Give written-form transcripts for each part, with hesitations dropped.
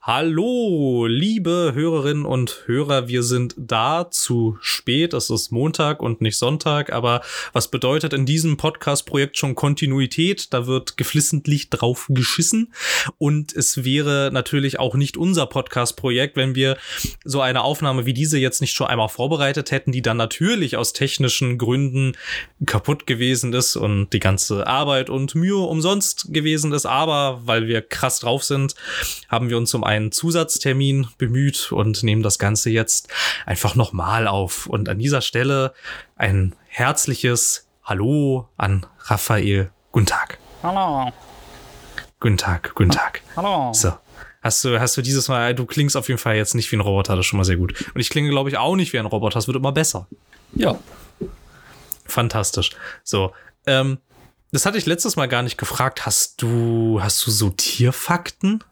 Hallo, liebe Hörerinnen und Hörer, wir sind da zu spät. Es ist Montag und nicht Sonntag, aber was bedeutet in diesem Podcast-Projekt schon Kontinuität? Da wird geflissentlich drauf geschissen und es wäre natürlich auch nicht unser Podcast-Projekt, wenn wir so eine Aufnahme wie diese jetzt nicht schon einmal vorbereitet hätten, die dann natürlich aus technischen Gründen kaputt gewesen ist und die ganze Arbeit und Mühe umsonst gewesen ist, aber weil wir krass drauf sind, haben wir uns um einen Zusatztermin bemüht und nehmen das Ganze jetzt einfach nochmal auf. Und an dieser Stelle ein herzliches Hallo an Raphael. Guten Tag. Hallo. Guten Tag, guten Tag. Hallo. So. Hast du dieses Mal, du klingst auf jeden Fall jetzt nicht wie ein Roboter, das ist schon mal sehr gut. Und ich klinge, glaube ich, auch nicht wie ein Roboter, es wird immer besser. Ja. Fantastisch. So, das hatte ich letztes Mal gar nicht gefragt. Hast du so Tierfakten?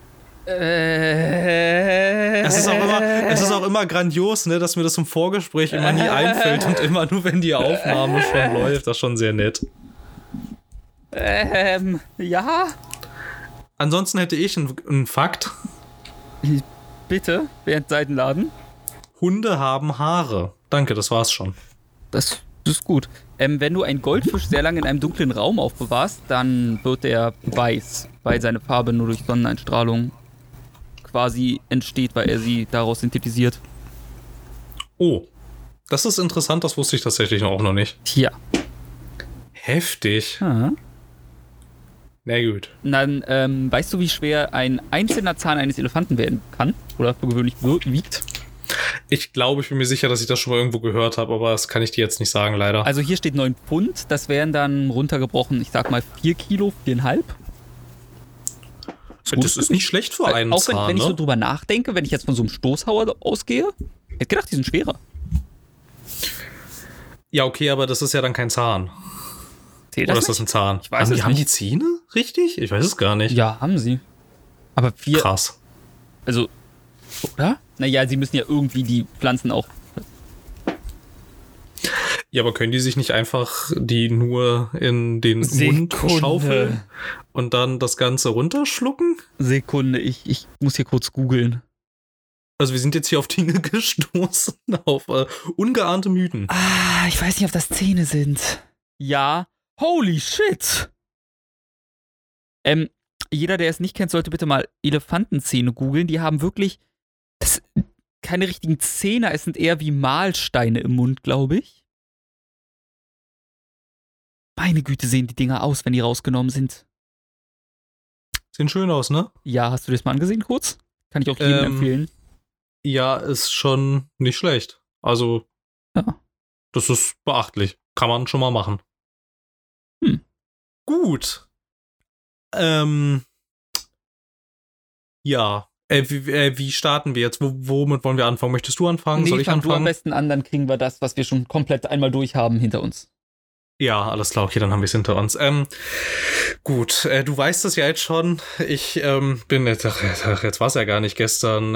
Es ist auch immer grandios, ne, dass mir das im Vorgespräch immer nie einfällt und immer nur, wenn die Aufnahme schon läuft. Das ist schon sehr nett. Ja? Ansonsten hätte ich einen Fakt. Bitte, während Seitenladen. Hunde haben Haare. Danke, das war's schon. Das ist gut. Wenn du einen Goldfisch sehr lange in einem dunklen Raum aufbewahrst, dann wird er weiß, weil seine Farbe nur durch Sonneneinstrahlung quasi entsteht, weil er sie daraus synthetisiert. Oh, das ist interessant, das wusste ich tatsächlich auch noch nicht. Tja. Heftig. Ja. Na gut. Dann weißt du, wie schwer ein einzelner Zahn eines Elefanten werden kann? Oder für gewöhnlich wiegt? Ich glaube, ich bin mir sicher, dass ich das schon mal irgendwo gehört habe, aber das kann ich dir jetzt nicht sagen, leider. Also hier steht 9 Pfund, das wären dann runtergebrochen, ich sag mal 4 Kilo, 4,5. Das ist nicht schlecht für einen Zahn, auch wenn ich so drüber nachdenke, wenn ich jetzt von so einem Stoßhauer ausgehe, hätte gedacht, die sind schwerer. Ja, okay, aber das ist ja dann kein Zahn. Zählt das Oder ist das ein Zahn? Ich weiß es nicht. Haben die Zähne? Richtig? Ich weiß es gar nicht. Ja, haben sie. Aber 4... Krass. Also, oder? Naja, sie müssen ja irgendwie die Pflanzen auch... Ja, aber können die sich nicht einfach die nur in den Mund schaufeln und dann das Ganze runterschlucken? Sekunde, ich muss hier kurz googeln. Also wir sind jetzt hier auf Dinge gestoßen, auf ungeahnte Mythen. Ich weiß nicht, ob das Zähne sind. Ja. Holy shit! Jeder, der es nicht kennt, sollte bitte mal Elefantenzähne googeln. Die haben wirklich keine richtigen Zähne, es sind eher wie Mahlsteine im Mund, glaube ich. Meine Güte, sehen die Dinger aus, wenn die rausgenommen sind. Sehen schön aus, ne? Ja, hast du das mal angesehen kurz? Kann ich auch jedem empfehlen. Ja, ist schon nicht schlecht. Also, ja. Das ist beachtlich. Kann man schon mal machen. Gut. Ja. Wie starten wir jetzt? Womit wollen wir anfangen? Möchtest du anfangen? Soll ich fang anfangen? Du am besten an, dann kriegen wir das, was wir schon komplett einmal durch haben, hinter uns. Ja, alles klar, okay, dann haben wir es hinter uns. Gut, du weißt es ja jetzt schon. Ich bin jetzt war es ja gar nicht gestern,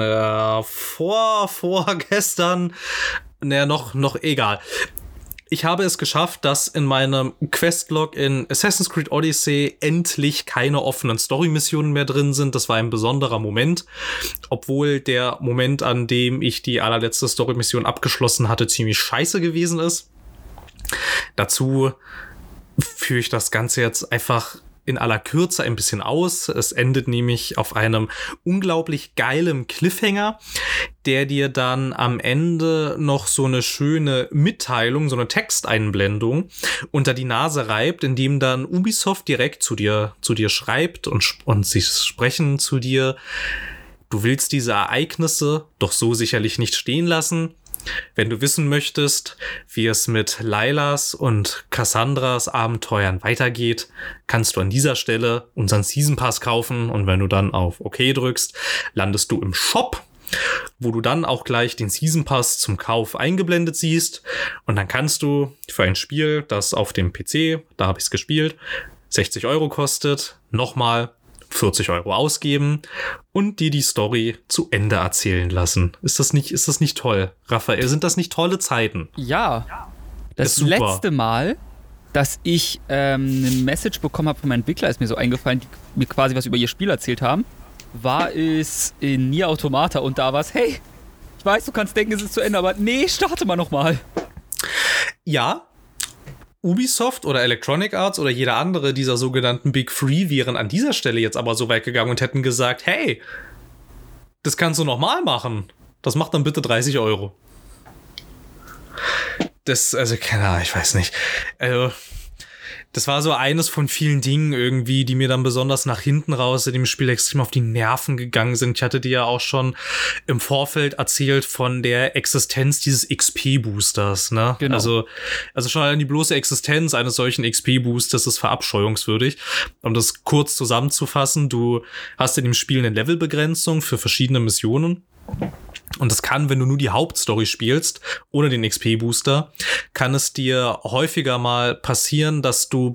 vorgestern, noch egal. Ich habe es geschafft, dass in meinem Questlog in Assassin's Creed Odyssey endlich keine offenen Story-Missionen mehr drin sind. Das war ein besonderer Moment, obwohl der Moment, an dem ich die allerletzte Story-Mission abgeschlossen hatte, ziemlich scheiße gewesen ist. Dazu führe ich das Ganze jetzt einfach in aller Kürze ein bisschen aus. Es endet nämlich auf einem unglaublich geilen Cliffhanger, der dir dann am Ende noch so eine schöne Mitteilung, so eine Texteinblendung unter die Nase reibt, indem dann Ubisoft direkt zu dir schreibt und sie sprechen zu dir. Du willst diese Ereignisse doch so sicherlich nicht stehen lassen. Wenn du wissen möchtest, wie es mit Lailas und Cassandras Abenteuern weitergeht, kannst du an dieser Stelle unseren Season Pass kaufen und wenn du dann auf OK drückst, landest du im Shop, wo du dann auch gleich den Season Pass zum Kauf eingeblendet siehst und dann kannst du für ein Spiel, das auf dem PC, da habe ich es gespielt, 60 € kostet, nochmal 40 € ausgeben und dir die Story zu Ende erzählen lassen. Ist das nicht toll, Raphael? Sind das nicht tolle Zeiten? Ja. Das letzte Mal, dass ich eine Message bekommen habe von meinem Entwickler, ist mir so eingefallen, die mir quasi was über ihr Spiel erzählt haben. war es in Nier Automata und da war es, hey, ich weiß, du kannst denken, es ist zu Ende, aber nee, starte mal nochmal. Ja, Ubisoft oder Electronic Arts oder jeder andere dieser sogenannten Big Three wären an dieser Stelle jetzt aber so weit gegangen und hätten gesagt, hey, das kannst du nochmal machen. Das macht dann bitte 30 €. Also, keine Ahnung, ich weiß nicht. Also, das war so eines von vielen Dingen irgendwie, die mir dann besonders nach hinten raus in dem Spiel extrem auf die Nerven gegangen sind. Ich hatte dir ja auch schon im Vorfeld erzählt von der Existenz dieses XP-Boosters, ne? Genau. Also schon allein die bloße Existenz eines solchen XP-Boosters ist verabscheuungswürdig. Um das kurz zusammenzufassen, du hast in dem Spiel eine Levelbegrenzung für verschiedene Missionen. Und das kann, wenn du nur die Hauptstory spielst, ohne den XP-Booster, kann es dir häufiger mal passieren, dass du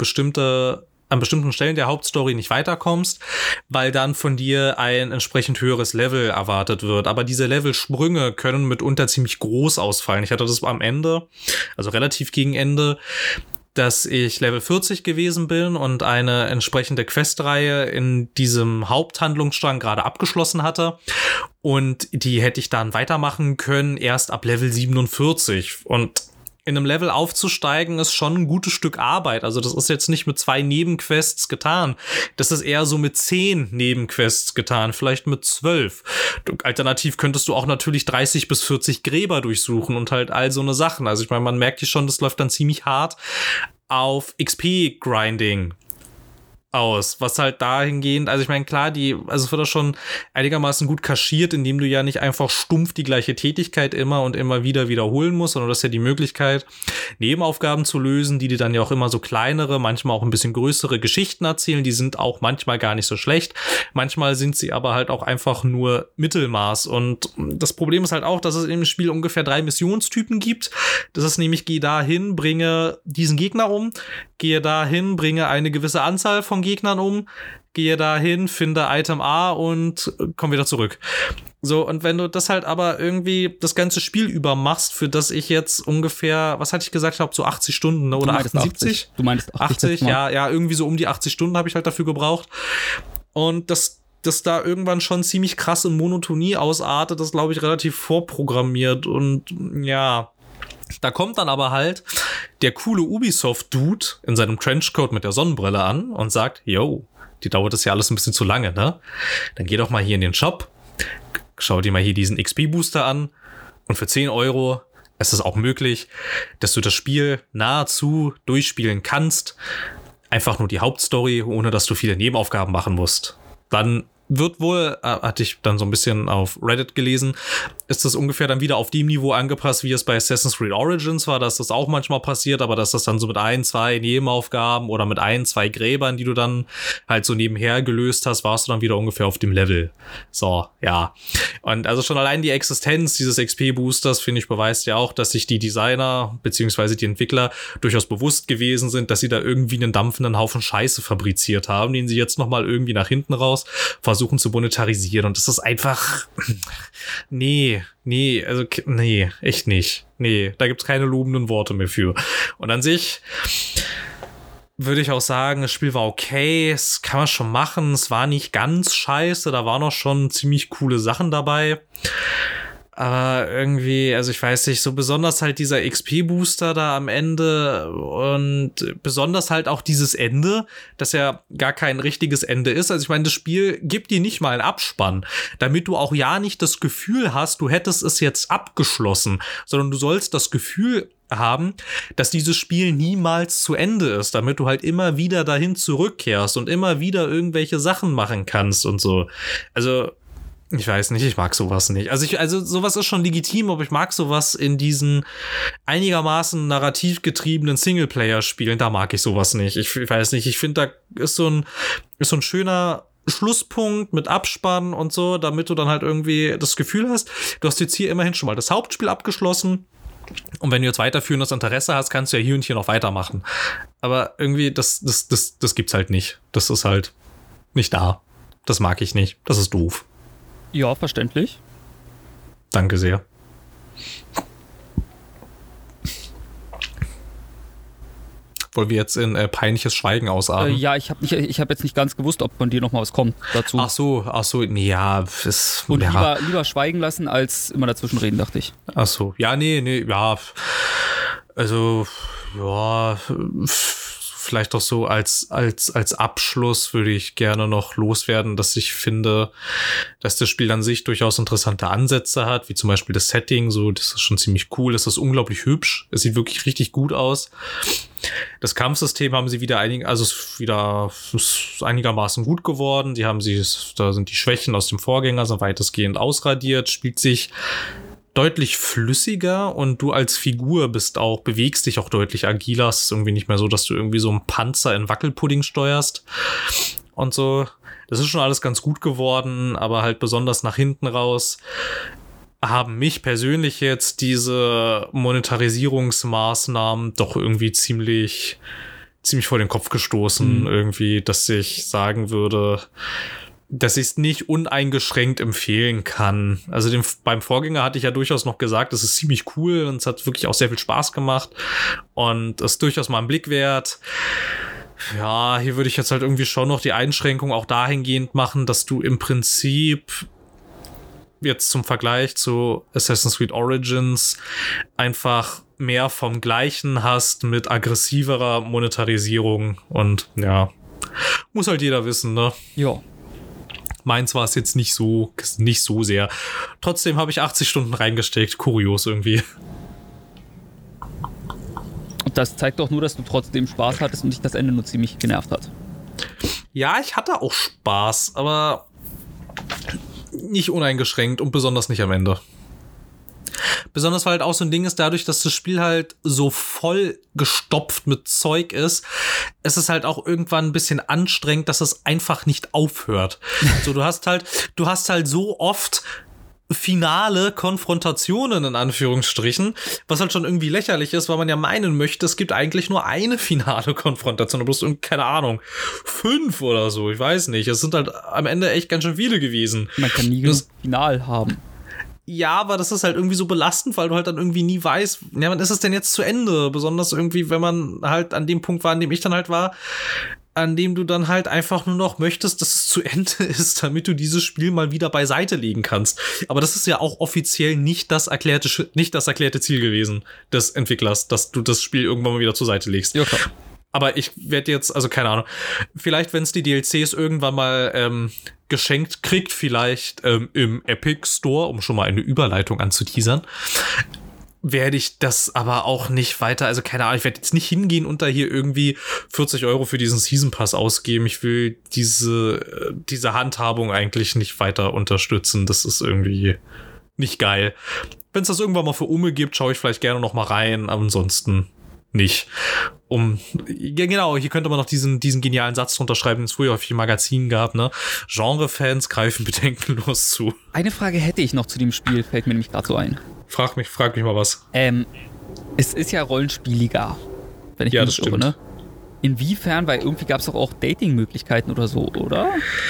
an bestimmten Stellen der Hauptstory nicht weiterkommst, weil dann von dir ein entsprechend höheres Level erwartet wird. Aber diese Levelsprünge können mitunter ziemlich groß ausfallen. Ich hatte das am Ende, also relativ gegen Ende, dass ich Level 40 gewesen bin und eine entsprechende Questreihe in diesem Haupthandlungsstrang gerade abgeschlossen hatte. Und die hätte ich dann weitermachen können, erst ab Level 47. Und in einem Level aufzusteigen ist schon ein gutes Stück Arbeit. Also das ist jetzt nicht mit 2 Nebenquests getan. Das ist eher so mit 10 Nebenquests getan, vielleicht mit 12. Alternativ könntest du auch natürlich 30 bis 40 Gräber durchsuchen und halt all so eine Sachen. Also ich meine, man merkt hier schon, das läuft dann ziemlich hart auf XP-Grinding aus, was halt dahingehend, also ich meine, klar, es wird das schon einigermaßen gut kaschiert, indem du ja nicht einfach stumpf die gleiche Tätigkeit immer und immer wieder wiederholen musst, sondern du hast ja die Möglichkeit, Nebenaufgaben zu lösen, die dir dann ja auch immer so kleinere, manchmal auch ein bisschen größere Geschichten erzählen, die sind auch manchmal gar nicht so schlecht, manchmal sind sie aber halt auch einfach nur Mittelmaß und das Problem ist halt auch, dass es im Spiel ungefähr 3 Missionstypen gibt, das ist nämlich, geh dahin, bringe diesen Gegner um, gehe dahin, bringe eine gewisse Anzahl von Gegnern um, gehe dahin, finde Item A und komm wieder zurück. So, und wenn du das halt aber irgendwie das ganze Spiel über machst, für das ich jetzt ungefähr, was hatte ich gesagt, ich glaube so 80 Stunden, ne? Oder 78? 80. Du meinst 80, ja, irgendwie so um die 80 Stunden habe ich halt dafür gebraucht. Und das da irgendwann schon ziemlich krass in Monotonie ausartet, das glaube ich relativ vorprogrammiert und ja. Da kommt dann aber halt der coole Ubisoft-Dude in seinem Trenchcoat mit der Sonnenbrille an und sagt, yo, die dauert das ja alles ein bisschen zu lange, ne? Dann geh doch mal hier in den Shop, schau dir mal hier diesen XP-Booster an und für 10 € ist es auch möglich, dass du das Spiel nahezu durchspielen kannst. Einfach nur die Hauptstory, ohne dass du viele Nebenaufgaben machen musst. Dann wird wohl, hatte ich dann so ein bisschen auf Reddit gelesen, ist das ungefähr dann wieder auf dem Niveau angepasst, wie es bei Assassin's Creed Origins war, dass das auch manchmal passiert, aber dass das dann so mit 1, 2 Nebenaufgaben oder mit 1, 2 Gräbern, die du dann halt so nebenher gelöst hast, warst du dann wieder ungefähr auf dem Level. So, ja. Und also schon allein die Existenz dieses XP-Boosters, finde ich, beweist ja auch, dass sich die Designer bzw. die Entwickler durchaus bewusst gewesen sind, dass sie da irgendwie einen dampfenden Haufen Scheiße fabriziert haben, den sie jetzt nochmal irgendwie nach hinten raus versuchen zu monetarisieren. Und das ist einfach, nee, echt nicht. Nee, da gibt's keine lobenden Worte mehr für. Und an sich würde ich auch sagen, das Spiel war okay, es kann man schon machen, es war nicht ganz scheiße, da waren auch schon ziemlich coole Sachen dabei. Aber irgendwie, also ich weiß nicht, so besonders halt dieser XP-Booster da am Ende und besonders halt auch dieses Ende, das ja gar kein richtiges Ende ist. Also ich meine, das Spiel gibt dir nicht mal einen Abspann, damit du auch ja nicht das Gefühl hast, du hättest es jetzt abgeschlossen, sondern du sollst das Gefühl haben, dass dieses Spiel niemals zu Ende ist, damit du halt immer wieder dahin zurückkehrst und immer wieder irgendwelche Sachen machen kannst und so. Also ich weiß nicht, ich mag sowas nicht. Also sowas ist schon legitim, aber ich mag sowas in diesen einigermaßen narrativ getriebenen Singleplayer-Spielen, da mag ich sowas nicht. Ich weiß nicht, ich finde, da ist so ein schöner Schlusspunkt mit Abspann und so, damit du dann halt irgendwie das Gefühl hast, du hast jetzt hier immerhin schon mal das Hauptspiel abgeschlossen. Und wenn du jetzt weiterführendes Interesse hast, kannst du ja hier und hier noch weitermachen. Aber irgendwie, das gibt's halt nicht. Das ist halt nicht da. Das mag ich nicht. Das ist doof. Ja, verständlich. Danke sehr. Wollen wir jetzt in peinliches Schweigen ausarten? Ja, ich hab jetzt nicht ganz gewusst, ob von dir noch mal was kommt dazu. Ach so, nee, ja. Und lieber schweigen lassen, als immer dazwischen reden, dachte ich. Ach so, ja, nee, ja. Also, ja, vielleicht doch so als Abschluss würde ich gerne noch loswerden, dass ich finde, dass das Spiel an sich durchaus interessante Ansätze hat, wie zum Beispiel das Setting, so, das ist schon ziemlich cool, es ist unglaublich hübsch, es sieht wirklich richtig gut aus. Das Kampfsystem haben sie ist einigermaßen gut geworden, da sind die Schwächen aus dem Vorgänger so weitestgehend ausradiert, spielt sich deutlich flüssiger und du als Figur bewegst dich auch deutlich agiler. Es ist irgendwie nicht mehr so, dass du irgendwie so einen Panzer in Wackelpudding steuerst und so. Das ist schon alles ganz gut geworden, aber halt besonders nach hinten raus haben mich persönlich jetzt diese Monetarisierungsmaßnahmen doch irgendwie ziemlich vor den Kopf gestoßen. Irgendwie, dass ich sagen würde, dass ich es nicht uneingeschränkt empfehlen kann. Also beim Vorgänger hatte ich ja durchaus noch gesagt, es ist ziemlich cool und es hat wirklich auch sehr viel Spaß gemacht und es ist durchaus mal ein Blick wert. Ja, hier würde ich jetzt halt irgendwie schon noch die Einschränkung auch dahingehend machen, dass du im Prinzip jetzt zum Vergleich zu Assassin's Creed Origins einfach mehr vom Gleichen hast mit aggressiverer Monetarisierung und ja, muss halt jeder wissen, ne? Ja. Meins war es jetzt nicht so sehr. Trotzdem habe ich 80 Stunden reingesteckt. Kurios irgendwie. Und das zeigt doch nur, dass du trotzdem Spaß hattest und dich das Ende nur ziemlich genervt hat. Ja, ich hatte auch Spaß, aber nicht uneingeschränkt und besonders nicht am Ende. Besonders weil halt auch so ein Ding ist, dadurch, dass das Spiel halt so voll gestopft mit Zeug ist, es ist halt auch irgendwann ein bisschen anstrengend, dass es einfach nicht aufhört. So, du hast halt so oft finale Konfrontationen in Anführungsstrichen, was halt schon irgendwie lächerlich ist, weil man ja meinen möchte, es gibt eigentlich nur eine finale Konfrontation, bloß keine Ahnung, 5 oder so, ich weiß nicht. Es sind halt am Ende echt ganz schön viele gewesen. Man kann nie genug Final haben. Ja, aber das ist halt irgendwie so belastend, weil du halt dann irgendwie nie weißt, ja, wann ist es denn jetzt zu Ende? Besonders irgendwie, wenn man halt an dem Punkt war, an dem ich dann halt war, an dem du dann halt einfach nur noch möchtest, dass es zu Ende ist, damit du dieses Spiel mal wieder beiseite legen kannst. Aber das ist ja auch offiziell nicht das erklärte Ziel gewesen des Entwicklers, dass du das Spiel irgendwann mal wieder zur Seite legst. Ja, klar. Aber ich werde jetzt, also keine Ahnung, vielleicht, wenn es die DLCs irgendwann mal geschenkt kriegt, vielleicht im Epic Store, um schon mal eine Überleitung anzuteasern, werde ich das aber auch nicht weiter, also keine Ahnung, ich werde jetzt nicht hingehen und da hier irgendwie 40 € für diesen Season Pass ausgeben. Ich will diese Handhabung eigentlich nicht weiter unterstützen. Das ist irgendwie nicht geil. Wenn es das irgendwann mal für Umme gibt, schaue ich vielleicht gerne noch mal rein, aber ansonsten nicht. Ja, genau, hier könnte man noch diesen genialen Satz drunter schreiben, den es früher häufig im Magazin gab, ne? Genre-Fans greifen bedenkenlos zu. Eine Frage hätte ich noch zu dem Spiel, fällt mir nämlich gerade so ein. Frag mich mal was. Es ist ja rollenspieliger, wenn ich mich nicht irre, ne? Inwiefern? Weil irgendwie gab es doch auch Dating-Möglichkeiten oder so, oder?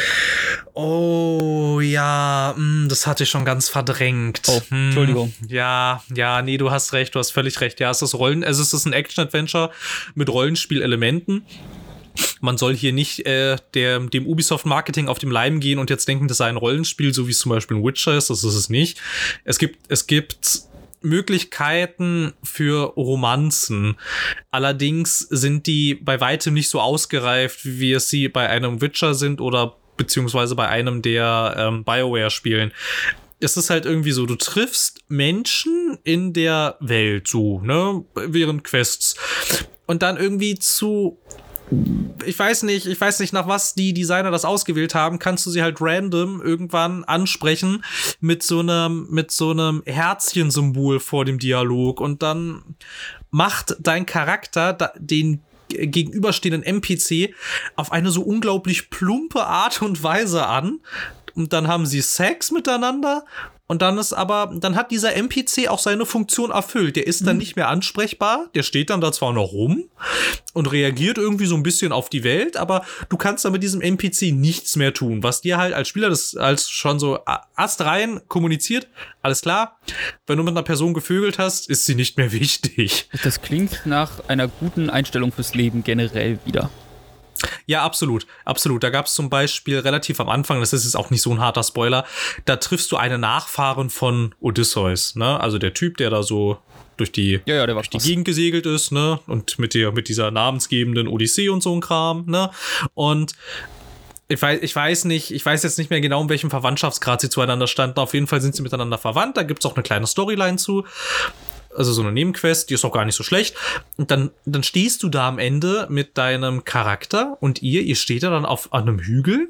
Oh, ja, das hatte ich schon ganz verdrängt. Oh, Entschuldigung. Ja, nee, du hast recht, du hast völlig recht. Ja, es ist ein Action-Adventure mit Rollenspielelementen. Man soll hier nicht dem Ubisoft-Marketing auf dem Leim gehen und jetzt denken, das sei ein Rollenspiel, so wie es zum Beispiel ein Witcher ist. Das ist es nicht. Es gibt Möglichkeiten für Romanzen. Allerdings sind die bei weitem nicht so ausgereift, wie es sie bei einem Witcher sind oder beziehungsweise bei einem der BioWare-Spielen. Es ist halt irgendwie so, du triffst Menschen in der Welt, so, ne, während Quests. Und dann irgendwie ich weiß nicht, nach was die Designer das ausgewählt haben, kannst du sie halt random irgendwann ansprechen mit so einem Herzchensymbol vor dem Dialog und dann macht dein Charakter den gegenüberstehenden NPC auf eine so unglaublich plumpe Art und Weise an und dann haben sie Sex miteinander und dann hat dieser NPC auch seine Funktion erfüllt. Der ist dann nicht mehr ansprechbar, der steht dann da zwar noch rum und reagiert irgendwie so ein bisschen auf die Welt, aber du kannst dann mit diesem NPC nichts mehr tun, was dir halt als Spieler das als schon so astrein kommuniziert, alles klar, wenn du mit einer Person gevögelt hast, ist sie nicht mehr wichtig. Das klingt nach einer guten Einstellung fürs Leben generell wieder. Ja, absolut, absolut. Da gab es zum Beispiel relativ am Anfang, das ist jetzt auch nicht so ein harter Spoiler, da triffst du eine Nachfahren von Odysseus, ne? Also der Typ, der da so durch die Gegend gesegelt ist, ne? Und mit dieser namensgebenden Odyssee und so ein Kram, ne? Und ich weiß jetzt nicht mehr genau, in welchem Verwandtschaftsgrad sie zueinander standen. Auf jeden Fall sind sie miteinander verwandt. Da gibt es auch eine kleine Storyline zu. Also so eine Nebenquest, die ist auch gar nicht so schlecht. Und dann stehst du da am Ende mit deinem Charakter und ihr steht da dann an einem Hügel.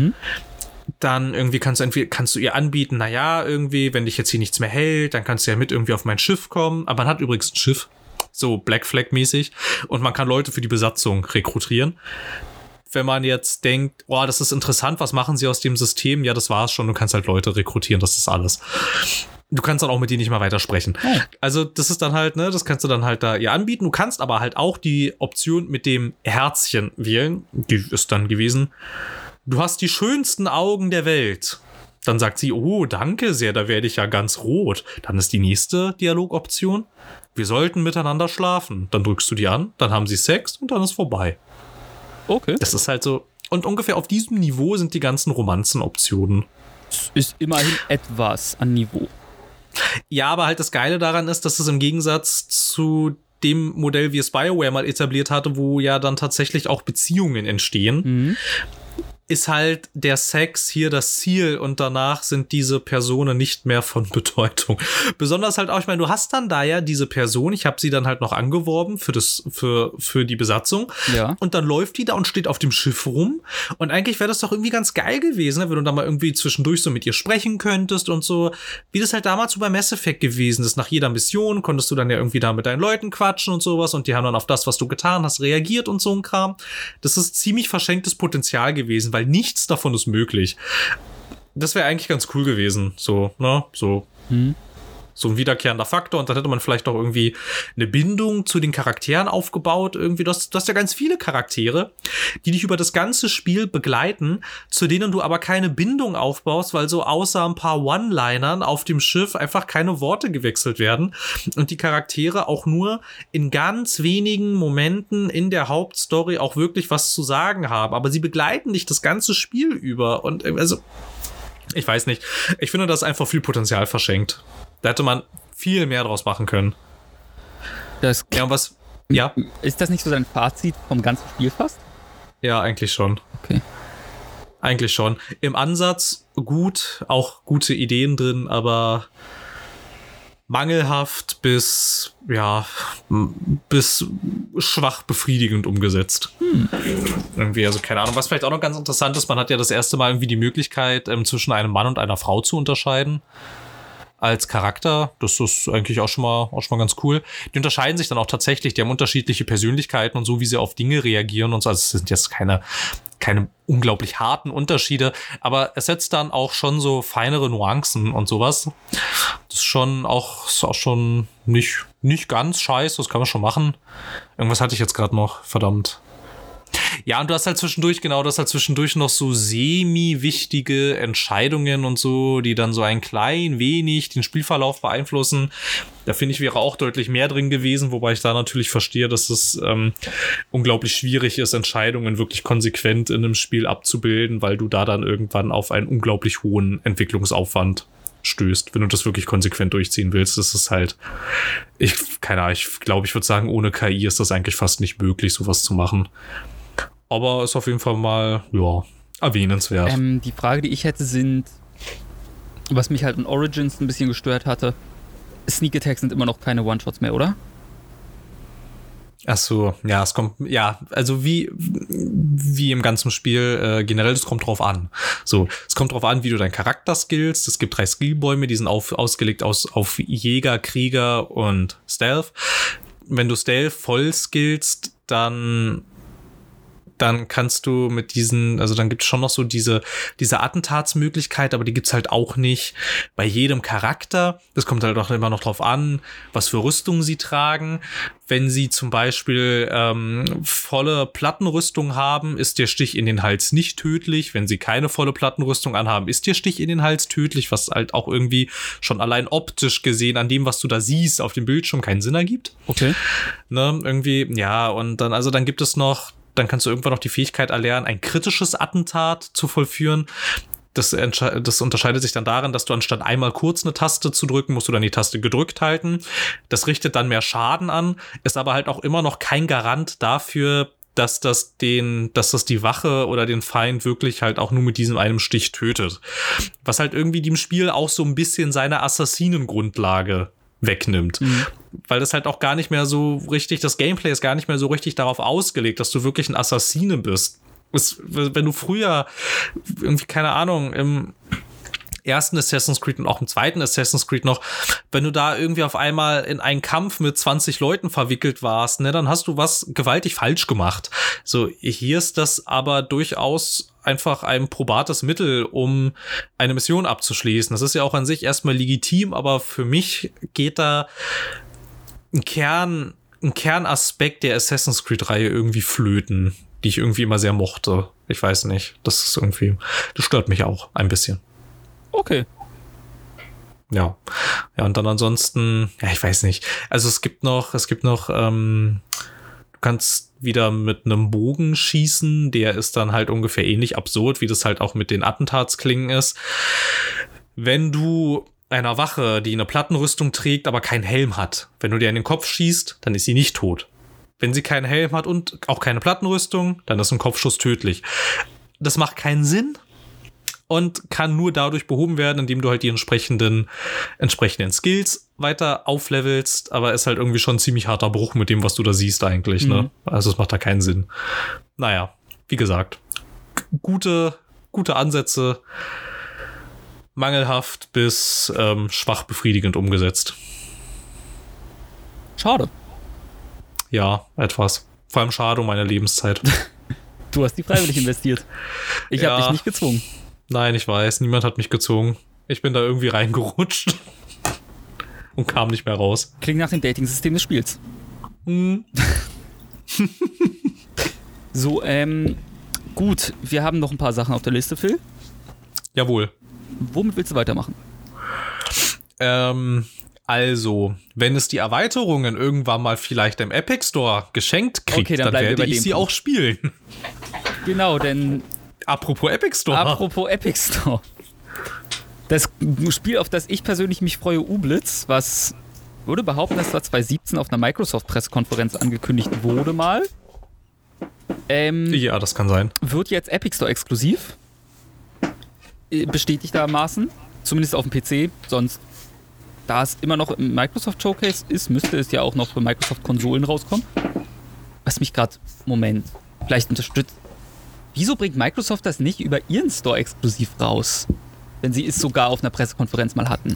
Dann irgendwie kannst du ihr anbieten, naja, irgendwie, wenn dich jetzt hier nichts mehr hält, dann kannst du ja mit irgendwie auf mein Schiff kommen. Aber man hat übrigens ein Schiff, so Black Flag-mäßig. Und man kann Leute für die Besatzung rekrutieren. Wenn man jetzt denkt, oh, das ist interessant, was machen sie aus dem System? Ja, das war's schon, du kannst halt Leute rekrutieren, das ist alles. Du kannst dann auch mit denen nicht mal weitersprechen. Oh. Also das ist dann halt, ne, das kannst du dann halt da ihr anbieten. Du kannst aber halt auch die Option mit dem Herzchen wählen. Die ist dann gewesen, du hast die schönsten Augen der Welt. Dann sagt sie, oh, danke sehr, da werde ich ja ganz rot. Dann ist die nächste Dialogoption, wir sollten miteinander schlafen. Dann drückst du die an, dann haben sie Sex und dann ist vorbei. Okay. Das ist halt so, und ungefähr auf diesem Niveau sind die ganzen Romanzenoptionen. Es ist immerhin etwas an Niveau. Ja, aber halt das Geile daran ist, dass es im Gegensatz zu dem Modell, wie es BioWare mal etabliert hatte, wo ja dann tatsächlich auch Beziehungen entstehen, ist halt der Sex hier das Ziel und danach sind diese Personen nicht mehr von Bedeutung. Besonders halt auch, ich meine, du hast dann da ja diese Person, ich habe sie dann halt noch angeworben für die Besatzung. Ja. Und dann läuft die da und steht auf dem Schiff rum. Und eigentlich wäre das doch irgendwie ganz geil gewesen, wenn du da mal irgendwie zwischendurch so mit ihr sprechen könntest und so. Wie das halt damals so bei Mass Effect gewesen ist. Nach jeder Mission konntest du dann ja irgendwie da mit deinen Leuten quatschen und sowas und die haben dann auf das, was du getan hast, reagiert und so ein Kram. Das ist ziemlich verschenktes Potenzial gewesen, weil nichts davon ist möglich. Das wäre eigentlich ganz cool gewesen. So, ne? So ein wiederkehrender Faktor. Und dann hätte man vielleicht auch irgendwie eine Bindung zu den Charakteren aufgebaut. Irgendwie, du hast ja ganz viele Charaktere, die dich über das ganze Spiel begleiten, zu denen du aber keine Bindung aufbaust, weil so außer ein paar One-Linern auf dem Schiff einfach keine Worte gewechselt werden. Und die Charaktere auch nur in ganz wenigen Momenten in der Hauptstory auch wirklich was zu sagen haben. Aber sie begleiten dich das ganze Spiel über. Und also, ich weiß nicht. Ich finde, das ist einfach viel Potenzial verschenkt. Da hätte man viel mehr draus machen können. Ja. Ist das nicht so dein Fazit vom ganzen Spiel fast? Ja, eigentlich schon. Okay. Eigentlich schon. Im Ansatz gut, auch gute Ideen drin, aber mangelhaft bis schwach befriedigend umgesetzt. Irgendwie, also keine Ahnung. Was vielleicht auch noch ganz interessant ist, man hat ja das erste Mal irgendwie die Möglichkeit, zwischen einem Mann und einer Frau zu unterscheiden. Als Charakter, das ist eigentlich auch schon mal ganz cool. Die unterscheiden sich dann auch tatsächlich, die haben unterschiedliche Persönlichkeiten und so, wie sie auf Dinge reagieren und so. Also es sind jetzt keine unglaublich harten Unterschiede, aber es setzt dann auch schon so feinere Nuancen und sowas. Das ist auch schon nicht ganz scheiße, das kann man schon machen. Irgendwas hatte ich jetzt gerade noch, verdammt. Ja, und du hast halt zwischendurch noch so semi-wichtige Entscheidungen und so, die dann so ein klein wenig den Spielverlauf beeinflussen. Da finde ich, wäre auch deutlich mehr drin gewesen, wobei ich da natürlich verstehe, dass es unglaublich schwierig ist, Entscheidungen wirklich konsequent in einem Spiel abzubilden, weil du da dann irgendwann auf einen unglaublich hohen Entwicklungsaufwand stößt, wenn du das wirklich konsequent durchziehen willst. Das ist halt, ich glaube, ich würde sagen, ohne KI ist das eigentlich fast nicht möglich, sowas zu machen. Aber ist auf jeden Fall mal, ja, erwähnenswert. Die Frage, die ich hätte, was mich halt in Origins ein bisschen gestört hatte, Sneak Attacks sind immer noch keine One-Shots mehr, oder? Ach so, ja, also wie im ganzen Spiel generell, das kommt drauf an. So, es kommt drauf an, wie du deinen Charakter skillst. Es gibt 3 Skillbäume, die sind ausgelegt auf Jäger, Krieger und Stealth. Wenn du Stealth voll skillst, dann dann kannst du mit also dann gibt es schon noch so diese Attentatsmöglichkeit, aber die gibt's halt auch nicht bei jedem Charakter. Das kommt halt auch immer noch drauf an, was für Rüstungen sie tragen. Wenn sie zum Beispiel volle Plattenrüstung haben, ist der Stich in den Hals nicht tödlich. Wenn sie keine volle Plattenrüstung anhaben, ist der Stich in den Hals tödlich, was halt auch irgendwie schon allein optisch gesehen an dem, was du da siehst auf dem Bildschirm, keinen Sinn ergibt. Okay. Ne, irgendwie, ja, und dann gibt es noch, dann kannst du irgendwann noch die Fähigkeit erlernen, ein kritisches Attentat zu vollführen. Das unterscheidet sich dann darin, dass du anstatt einmal kurz eine Taste zu drücken, musst du dann die Taste gedrückt halten. Das richtet dann mehr Schaden an, ist aber halt auch immer noch kein Garant dafür, dass das die Wache oder den Feind wirklich halt auch nur mit diesem einem Stich tötet. Was halt irgendwie dem Spiel auch so ein bisschen seine Assassinengrundlage wegnimmt. Weil das halt auch gar nicht mehr so richtig, das Gameplay ist gar nicht mehr so richtig darauf ausgelegt, dass du wirklich ein Assassine bist. Wenn du früher irgendwie, keine Ahnung, im ersten Assassin's Creed und auch im zweiten Assassin's Creed noch, wenn du da irgendwie auf einmal in einen Kampf mit 20 Leuten verwickelt warst, ne, dann hast du was gewaltig falsch gemacht. So, hier ist das aber durchaus einfach ein probates Mittel, um eine Mission abzuschließen. Das ist ja auch an sich erstmal legitim, aber für mich geht da ein Kernaspekt der Assassin's Creed-Reihe irgendwie flöten, die ich irgendwie immer sehr mochte. Ich weiß nicht. Das stört mich auch ein bisschen. Okay. Ja. Ja, und dann ansonsten, ja, ich weiß nicht. Also es gibt noch, du kannst wieder mit einem Bogen schießen, der ist dann halt ungefähr ähnlich absurd, wie das halt auch mit den Attentatsklingen ist. Wenn du einer Wache, die eine Plattenrüstung trägt, aber keinen Helm hat, wenn du dir in den Kopf schießt, dann ist sie nicht tot. Wenn sie keinen Helm hat und auch keine Plattenrüstung, dann ist ein Kopfschuss tödlich. Das macht keinen Sinn und kann nur dadurch behoben werden, indem du halt die entsprechenden Skills weiter auflevelst, aber ist halt irgendwie schon ein ziemlich harter Bruch mit dem, was du da siehst eigentlich, ne? Also es macht da keinen Sinn. Naja, wie gesagt, gute Ansätze, mangelhaft bis schwach befriedigend umgesetzt. Schade. Ja, etwas. Vor allem schade um meine Lebenszeit. Du hast die freiwillig investiert. Ich habe dich nicht gezwungen. Nein, ich weiß. Niemand hat mich gezwungen. Ich bin da irgendwie reingerutscht und kam nicht mehr raus. Klingt nach dem Dating-System des Spiels. So, gut. Wir haben noch ein paar Sachen auf der Liste, Phil. Jawohl. Womit willst du weitermachen? Also, wenn es die Erweiterungen irgendwann mal vielleicht im Epic Store geschenkt kriegt, dann werde ich sie auch spielen. Genau, denn Apropos Epic Store. Das Spiel, auf das ich persönlich mich freue, Ooblets, was würde behaupten, dass da 2017 auf einer Microsoft-Pressekonferenz angekündigt wurde mal. Ja, das kann sein. Wird jetzt Epic Store exklusiv. Bestätigtermaßen. Zumindest auf dem PC. Sonst, da es immer noch im Microsoft Showcase ist, müsste es ja auch noch für Microsoft-Konsolen rauskommen. Was mich gerade, vielleicht unterstützt. Wieso bringt Microsoft das nicht über ihren Store exklusiv raus? Wenn sie es sogar auf einer Pressekonferenz mal hatten.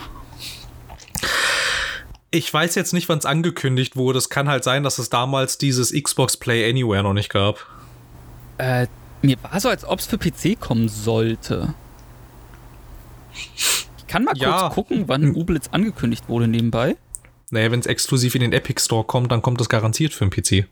Ich weiß jetzt nicht, wann es angekündigt wurde. Es kann halt sein, dass es damals dieses Xbox Play Anywhere noch nicht gab. Mir war so, als ob es für PC kommen sollte. Ich kann mal kurz gucken, wann Ooblets angekündigt wurde nebenbei. Naja, wenn es exklusiv in den Epic Store kommt, dann kommt es garantiert für den PC.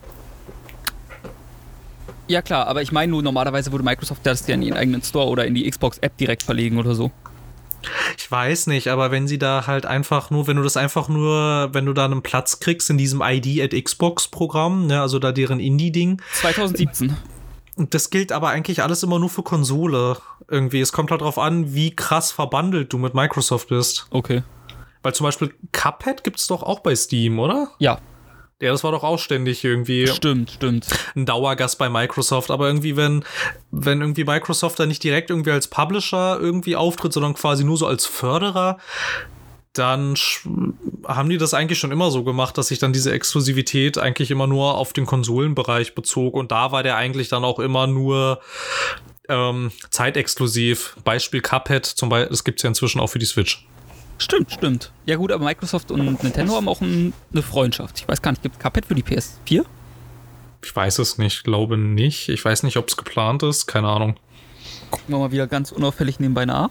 Ja klar, aber ich meine nur, normalerweise würde Microsoft das ja in ihren eigenen Store oder in die Xbox-App direkt verlegen oder so. Ich weiß nicht, aber wenn sie da halt wenn du da einen Platz kriegst in diesem ID at Xbox-Programm, ne, also da deren Indie-Ding. 2017. Das gilt aber eigentlich alles immer nur für Konsole. Irgendwie, es kommt halt drauf an, wie krass verbandelt du mit Microsoft bist. Okay. Weil zum Beispiel Cuphead gibt's doch auch bei Steam, oder? Ja. Ja, das war doch auch ständig irgendwie Stimmt. ein Dauergast bei Microsoft. Aber irgendwie, wenn irgendwie Microsoft da nicht direkt irgendwie als Publisher irgendwie auftritt, sondern quasi nur so als Förderer, dann haben die das eigentlich schon immer so gemacht, dass sich dann diese Exklusivität eigentlich immer nur auf den Konsolenbereich bezog. Und da war der eigentlich dann auch immer nur zeitexklusiv. Beispiel Cuphead zum Beispiel, das gibt's ja inzwischen auch für die Switch. Stimmt. Ja gut, aber Microsoft und Nintendo haben auch eine Freundschaft. Ich weiß gar nicht, gibt es Cuphead für die PS4? Ich weiß es nicht, glaube nicht. Ich weiß nicht, ob es geplant ist, keine Ahnung. Gucken wir mal wieder ganz unauffällig nebenbei nach.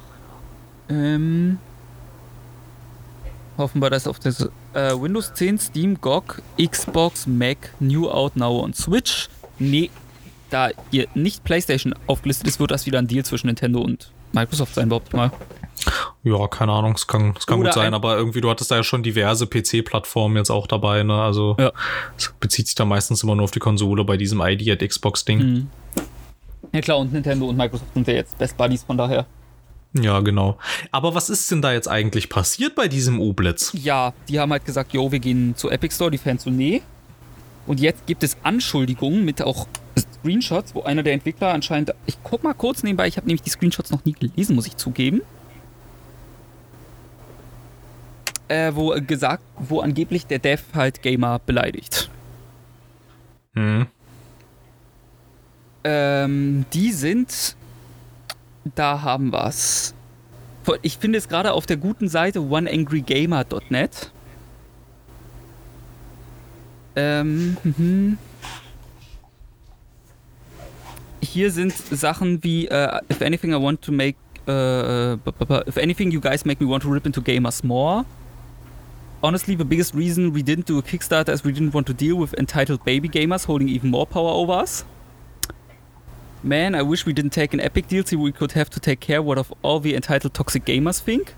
Hoffen wir, dass auf das Windows 10, Steam, GOG, Xbox, Mac, New Out Now und Switch. Nee, da ihr nicht PlayStation aufgelistet ist, wird das wieder ein Deal zwischen Nintendo und Microsoft sein, behaupte mal. Ja, keine Ahnung, es kann gut sein, aber irgendwie, du hattest da ja schon diverse PC-Plattformen jetzt auch dabei, ne? Also es bezieht sich da meistens immer nur auf die Konsole bei diesem ID at Xbox-Ding. Ja klar, und Nintendo und Microsoft sind ja jetzt Best Buddies, von daher. Ja, genau. Aber was ist denn da jetzt eigentlich passiert bei diesem U-Blitz? Ja, die haben halt gesagt, jo, wir gehen zu Epic Store, die Fans so, nee. Und jetzt gibt es Anschuldigungen mit auch Screenshots, wo einer der Entwickler anscheinend, ich guck mal kurz nebenbei, ich habe nämlich die Screenshots noch nie gelesen, muss ich zugeben. Wo angeblich der Dev halt Gamer beleidigt. Die sind, da haben wir's. Ich finde es gerade auf der guten Seite oneangrygamer.net. Hier sind Sachen wie if anything I want to make if anything you guys make me want to rip into gamers more. Honestly, the biggest reason we didn't do a Kickstarter is we didn't want to deal with entitled baby gamers holding even more power over us. Man, I wish we didn't take an Epic deal so we could have to take care what of all the entitled toxic gamers think.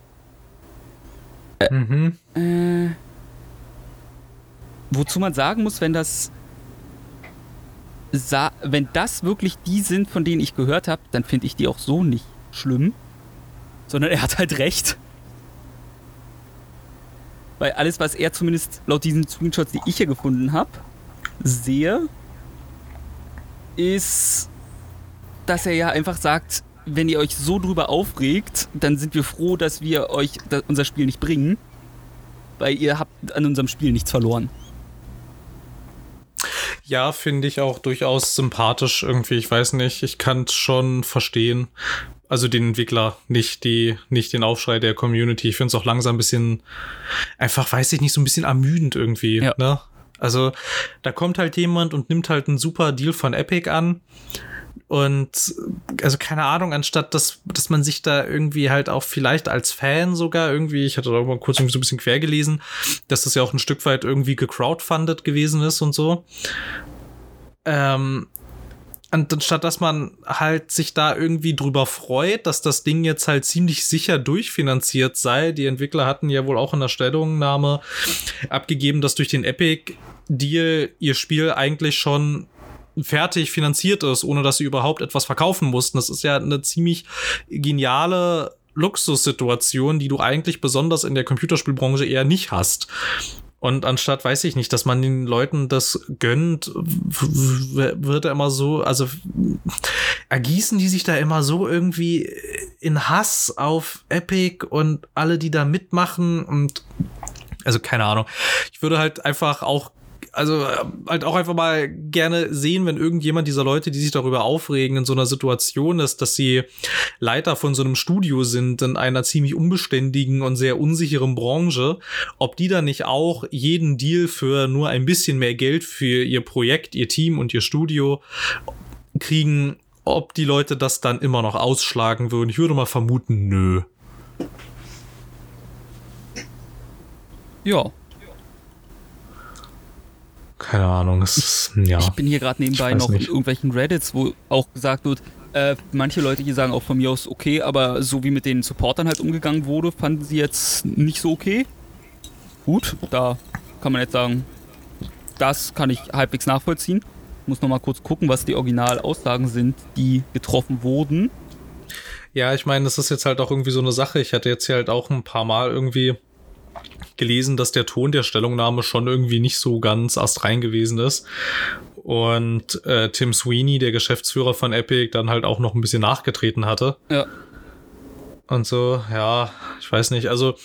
Wozu man sagen muss, wenn das wirklich die sind, von denen ich gehört habe, dann finde ich die auch so nicht schlimm. Sondern er hat halt recht. Weil alles, was er zumindest laut diesen Screenshots, die ich hier gefunden habe, sehe, ist, dass er ja einfach sagt, wenn ihr euch so drüber aufregt, dann sind wir froh, dass wir euch unser Spiel nicht bringen, weil ihr habt an unserem Spiel nichts verloren. Ja, finde ich auch durchaus sympathisch irgendwie. Ich weiß nicht, ich kann es schon verstehen. Also den Entwickler, nicht den Aufschrei der Community. Ich finde es auch langsam ein bisschen, einfach, weiß ich nicht, so ein bisschen ermüdend irgendwie. Ja. Ne? Also da kommt halt jemand und nimmt halt einen super Deal von Epic an. Und also keine Ahnung, anstatt dass man sich da irgendwie halt auch vielleicht als Fan sogar irgendwie, ich hatte da mal kurz irgendwie so ein bisschen quer gelesen, dass das ja auch ein Stück weit irgendwie gecrowdfundet gewesen ist und so. Und anstatt dass man halt sich da irgendwie drüber freut, dass das Ding jetzt halt ziemlich sicher durchfinanziert sei. Die Entwickler hatten ja wohl auch in der Stellungnahme abgegeben, dass durch den Epic-Deal ihr Spiel eigentlich schon fertig finanziert ist, ohne dass sie überhaupt etwas verkaufen mussten. Das ist ja eine ziemlich geniale Luxussituation, die du eigentlich besonders in der Computerspielbranche eher nicht hast. Und anstatt, weiß ich nicht, dass man den Leuten das gönnt, wird er immer so, also ergießen die sich da immer so irgendwie in Hass auf Epic und alle, die da mitmachen und also keine Ahnung. Ich würde halt einfach auch einfach mal gerne sehen, wenn irgendjemand dieser Leute, die sich darüber aufregen, in so einer Situation ist, dass sie Leiter von so einem Studio sind in einer ziemlich unbeständigen und sehr unsicheren Branche, ob die dann nicht auch jeden Deal für nur ein bisschen mehr Geld für ihr Projekt, ihr Team und ihr Studio kriegen, ob die Leute das dann immer noch ausschlagen würden. Ich würde mal vermuten, nö. Ja. Keine Ahnung, es ist, ja. Ich bin hier gerade nebenbei noch in irgendwelchen Reddits, wo auch gesagt wird, manche Leute hier sagen auch von mir aus okay, aber so wie mit den Supportern halt umgegangen wurde, fanden sie jetzt nicht so okay. Gut, da kann man jetzt sagen, das kann ich halbwegs nachvollziehen. Muss noch mal kurz gucken, was die Originalaussagen sind, die getroffen wurden. Ja, ich meine, das ist jetzt halt auch irgendwie so eine Sache. Ich hatte jetzt hier halt auch ein paar Mal irgendwie gelesen, dass der Ton der Stellungnahme schon irgendwie nicht so ganz astrein gewesen ist. Und Tim Sweeney, der Geschäftsführer von Epic, dann halt auch noch ein bisschen nachgetreten hatte. Ja. Und so, ja, ich weiß nicht, also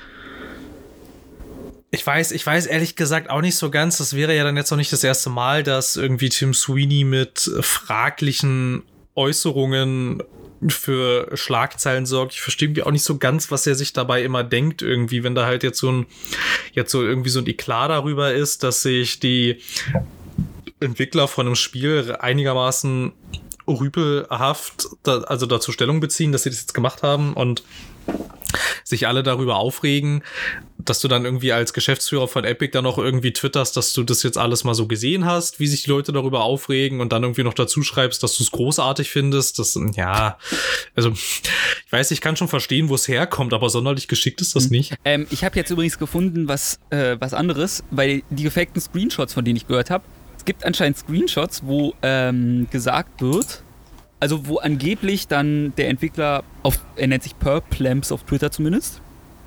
ich weiß ehrlich gesagt auch nicht so ganz, das wäre ja dann jetzt noch nicht das erste Mal, dass irgendwie Tim Sweeney mit fraglichen Äußerungen für Schlagzeilen sorgt. Ich verstehe irgendwie auch nicht so ganz, was er sich dabei immer denkt irgendwie, wenn da halt jetzt so irgendwie so ein Eklat darüber ist, dass sich die Entwickler von einem Spiel einigermaßen rüpelhaft dazu Stellung beziehen, dass sie das jetzt gemacht haben und sich alle darüber aufregen, dass du dann irgendwie als Geschäftsführer von Epic dann noch irgendwie twitterst, dass du das jetzt alles mal so gesehen hast, wie sich die Leute darüber aufregen und dann irgendwie noch dazu schreibst, dass du es großartig findest. Das, ja, also ich weiß, ich kann schon verstehen, wo es herkommt, aber sonderlich geschickt ist das nicht. Ich habe jetzt übrigens gefunden, was anderes, weil die gefakten Screenshots, von denen ich gehört habe, es gibt anscheinend Screenshots, wo gesagt wird, also wo angeblich dann der Entwickler, er nennt sich Purplamps auf Twitter zumindest,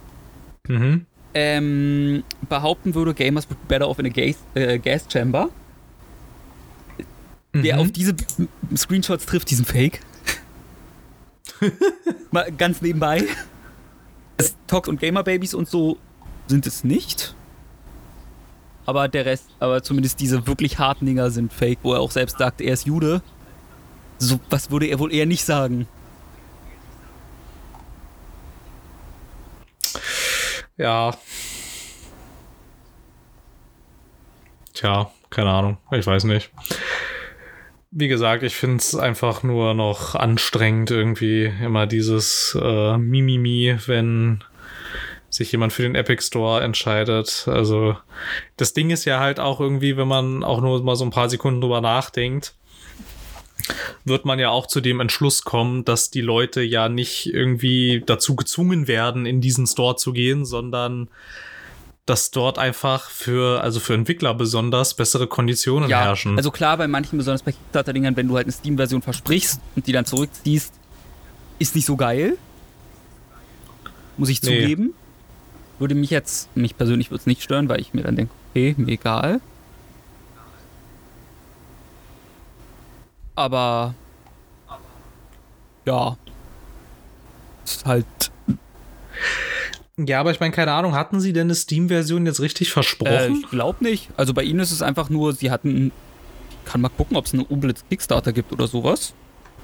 behaupten würde, Gamers would be better off in a gas chamber. Wer auf diese Screenshots trifft, diesen Fake. Mal ganz nebenbei. Tox und Gamer-Babys und so sind es nicht. Aber der Rest, aber zumindest diese wirklich harten Dinger sind Fake, wo er auch selbst sagt, er ist Jude. So was würde er wohl eher nicht sagen. Ja. Tja, keine Ahnung. Ich weiß nicht. Wie gesagt, ich finde es einfach nur noch anstrengend irgendwie immer dieses Mimimi, wenn sich jemand für den Epic Store entscheidet. Also das Ding ist ja halt auch irgendwie, wenn man auch nur mal so ein paar Sekunden drüber nachdenkt, wird man ja auch zu dem Entschluss kommen, dass die Leute ja nicht irgendwie dazu gezwungen werden, in diesen Store zu gehen, sondern dass dort einfach für Entwickler besonders bessere Konditionen herrschen. Also klar, bei manchen, besonders bei Kickstarter-Dingern, wenn du halt eine Steam-Version versprichst und die dann zurückziehst, ist nicht so geil. Muss ich zugeben. Mich persönlich würde es nicht stören, weil ich mir dann denke, okay, mir egal. Aber ja, ist halt. Ja, aber ich meine, keine Ahnung, hatten sie denn eine Steam-Version jetzt richtig versprochen? Ich glaube nicht. Also bei ihnen ist es einfach nur, sie hatten. Ich kann mal gucken, ob es eine Ublitz Kickstarter gibt oder sowas.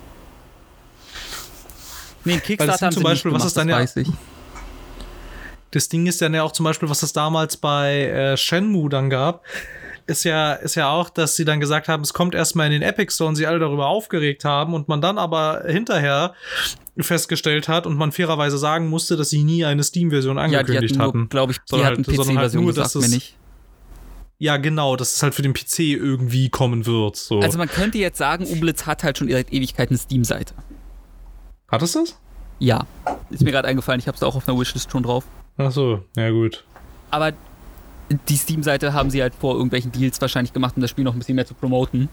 Nee, Kickstarter haben sie nicht gemacht, das weiß ich. Das Ding ist dann ja auch zum Beispiel, was es damals bei Shenmue dann gab, ist ja auch, dass sie dann gesagt haben, es kommt erstmal in den Epic Store und sie alle darüber aufgeregt haben und man dann aber hinterher festgestellt hat und man fairerweise sagen musste, dass sie nie eine Steam-Version angekündigt hatten. Glaube ich, die hatten PC-Version gesagt, mir nicht. Ja, genau, dass es halt für den PC irgendwie kommen wird. So. Also man könnte jetzt sagen, Ublitz hat halt schon seit Ewigkeit eine Steam-Seite. Hat es das? Ja, ist mir gerade eingefallen, ich habe es auch auf einer Wishlist schon drauf. Ach so, ja gut. Aber die Steam-Seite haben sie halt vor irgendwelchen Deals wahrscheinlich gemacht, um das Spiel noch ein bisschen mehr zu promoten.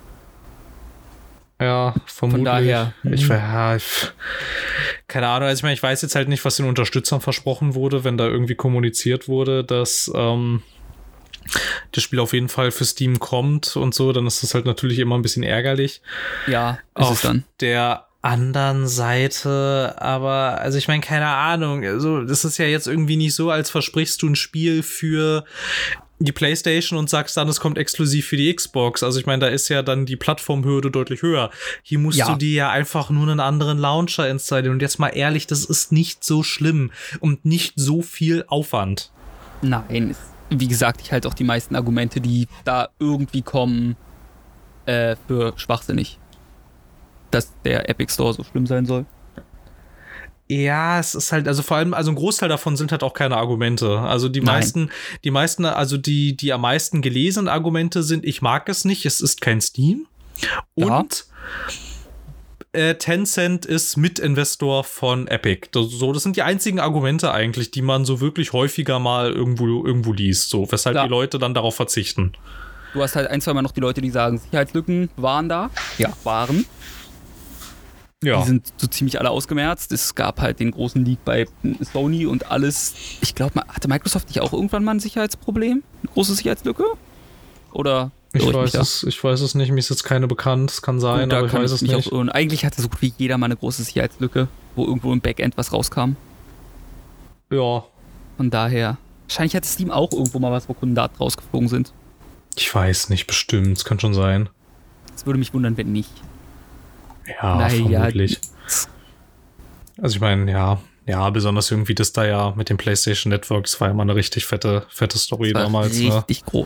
Ja, vermutlich. Von daher. Keine Ahnung, also ich meine, ich weiß jetzt halt nicht, was den Unterstützern versprochen wurde, wenn da irgendwie kommuniziert wurde, dass das Spiel auf jeden Fall für Steam kommt und so, dann ist das halt natürlich immer ein bisschen ärgerlich. Ja, ist es dann. Der anderen Seite, aber also ich meine, keine Ahnung, also das ist ja jetzt irgendwie nicht so, als versprichst du ein Spiel für die PlayStation und sagst dann, es kommt exklusiv für die Xbox. Also ich meine, da ist ja dann die Plattformhürde deutlich höher. Hier musst du dir ja einfach nur einen anderen Launcher installieren und jetzt mal ehrlich, das ist nicht so schlimm und nicht so viel Aufwand. Nein, wie gesagt, ich halte auch die meisten Argumente, die da irgendwie kommen, für schwachsinnig. Dass der Epic Store so schlimm sein soll. Ja, es ist halt, also vor allem, also ein Großteil davon sind halt auch keine Argumente. Also die meisten, also die am meisten gelesenen Argumente sind, ich mag es nicht, es ist kein Steam. Und Tencent ist Mitinvestor von Epic. Das sind die einzigen Argumente eigentlich, die man so wirklich häufiger mal irgendwo liest, so, weshalb die Leute dann darauf verzichten. Du hast halt ein, zwei Mal noch die Leute, die sagen, Sicherheitslücken waren da. Ja, waren. Ja. Die sind so ziemlich alle ausgemerzt. Es gab halt den großen Leak bei Sony und alles. Ich glaube, hatte Microsoft nicht auch irgendwann mal ein Sicherheitsproblem? Eine große Sicherheitslücke? Oder? Ich weiß es nicht. Mir ist jetzt keine bekannt. Es kann sein, aber ich weiß es nicht. Eigentlich hatte so gut wie jeder mal eine große Sicherheitslücke, wo irgendwo im Backend was rauskam. Ja. Von daher. Wahrscheinlich hatte Steam auch irgendwo mal was, wo Kundendaten rausgeflogen sind. Ich weiß nicht, bestimmt. Es kann schon sein. Es würde mich wundern, wenn nicht. Ja, vermutlich. Also ich meine, ja, besonders irgendwie das da ja mit dem PlayStation Network, das war ja mal eine richtig fette Story damals. Richtig groß.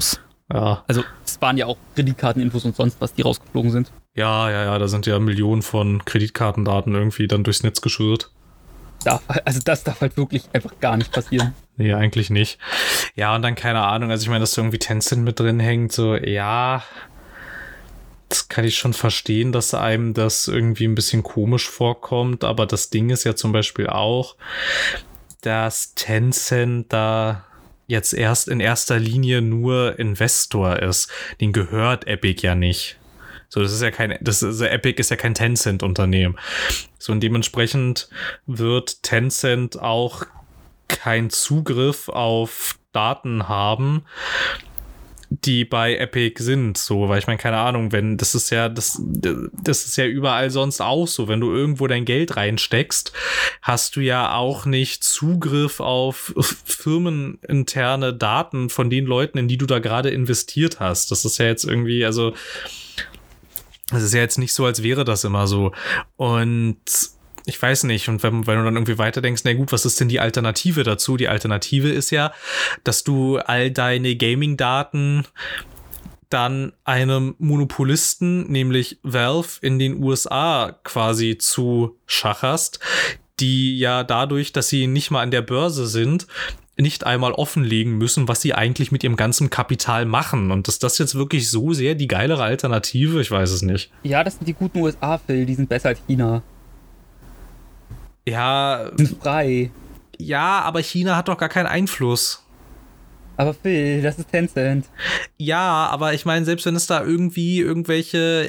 Ja. Also es waren ja auch Kreditkarteninfos und sonst was, die rausgeflogen sind. Ja, da sind ja Millionen von Kreditkartendaten irgendwie dann durchs Netz geschwirrt. Das darf halt wirklich einfach gar nicht passieren. Nee, eigentlich nicht. Ja, und dann keine Ahnung, also ich meine, dass da irgendwie Tencent mit drin hängt, so, ja, das kann ich schon verstehen, dass einem das irgendwie ein bisschen komisch vorkommt, aber das Ding ist ja zum Beispiel auch, dass Tencent da jetzt erst in erster Linie nur Investor ist. Den gehört Epic ja nicht. So, Epic ist ja kein Tencent-Unternehmen. So, und dementsprechend wird Tencent auch keinen Zugriff auf Daten haben, die bei Epic sind, so, weil ich meine, keine Ahnung, das ist ja überall sonst auch so, wenn du irgendwo dein Geld reinsteckst, hast du ja auch nicht Zugriff auf firmeninterne Daten von den Leuten, in die du da gerade investiert hast. Das ist ja jetzt irgendwie, also, es ist ja jetzt nicht so, als wäre das immer so. Und ich weiß nicht, und wenn du dann irgendwie weiterdenkst, na gut, was ist denn die Alternative dazu? Die Alternative ist ja, dass du all deine Gaming-Daten dann einem Monopolisten, nämlich Valve in den USA quasi zuschacherst, die ja dadurch, dass sie nicht mal an der Börse sind, nicht einmal offenlegen müssen, was sie eigentlich mit ihrem ganzen Kapital machen. Und ist das jetzt wirklich so sehr die geilere Alternative? Ich weiß es nicht. Ja, das sind die guten USA, Phil, die sind besser als China. Ja. Sind frei. Ja, aber China hat doch gar keinen Einfluss. Aber Phil, das ist Tencent. Ja, aber ich meine, selbst wenn es da irgendwie irgendwelche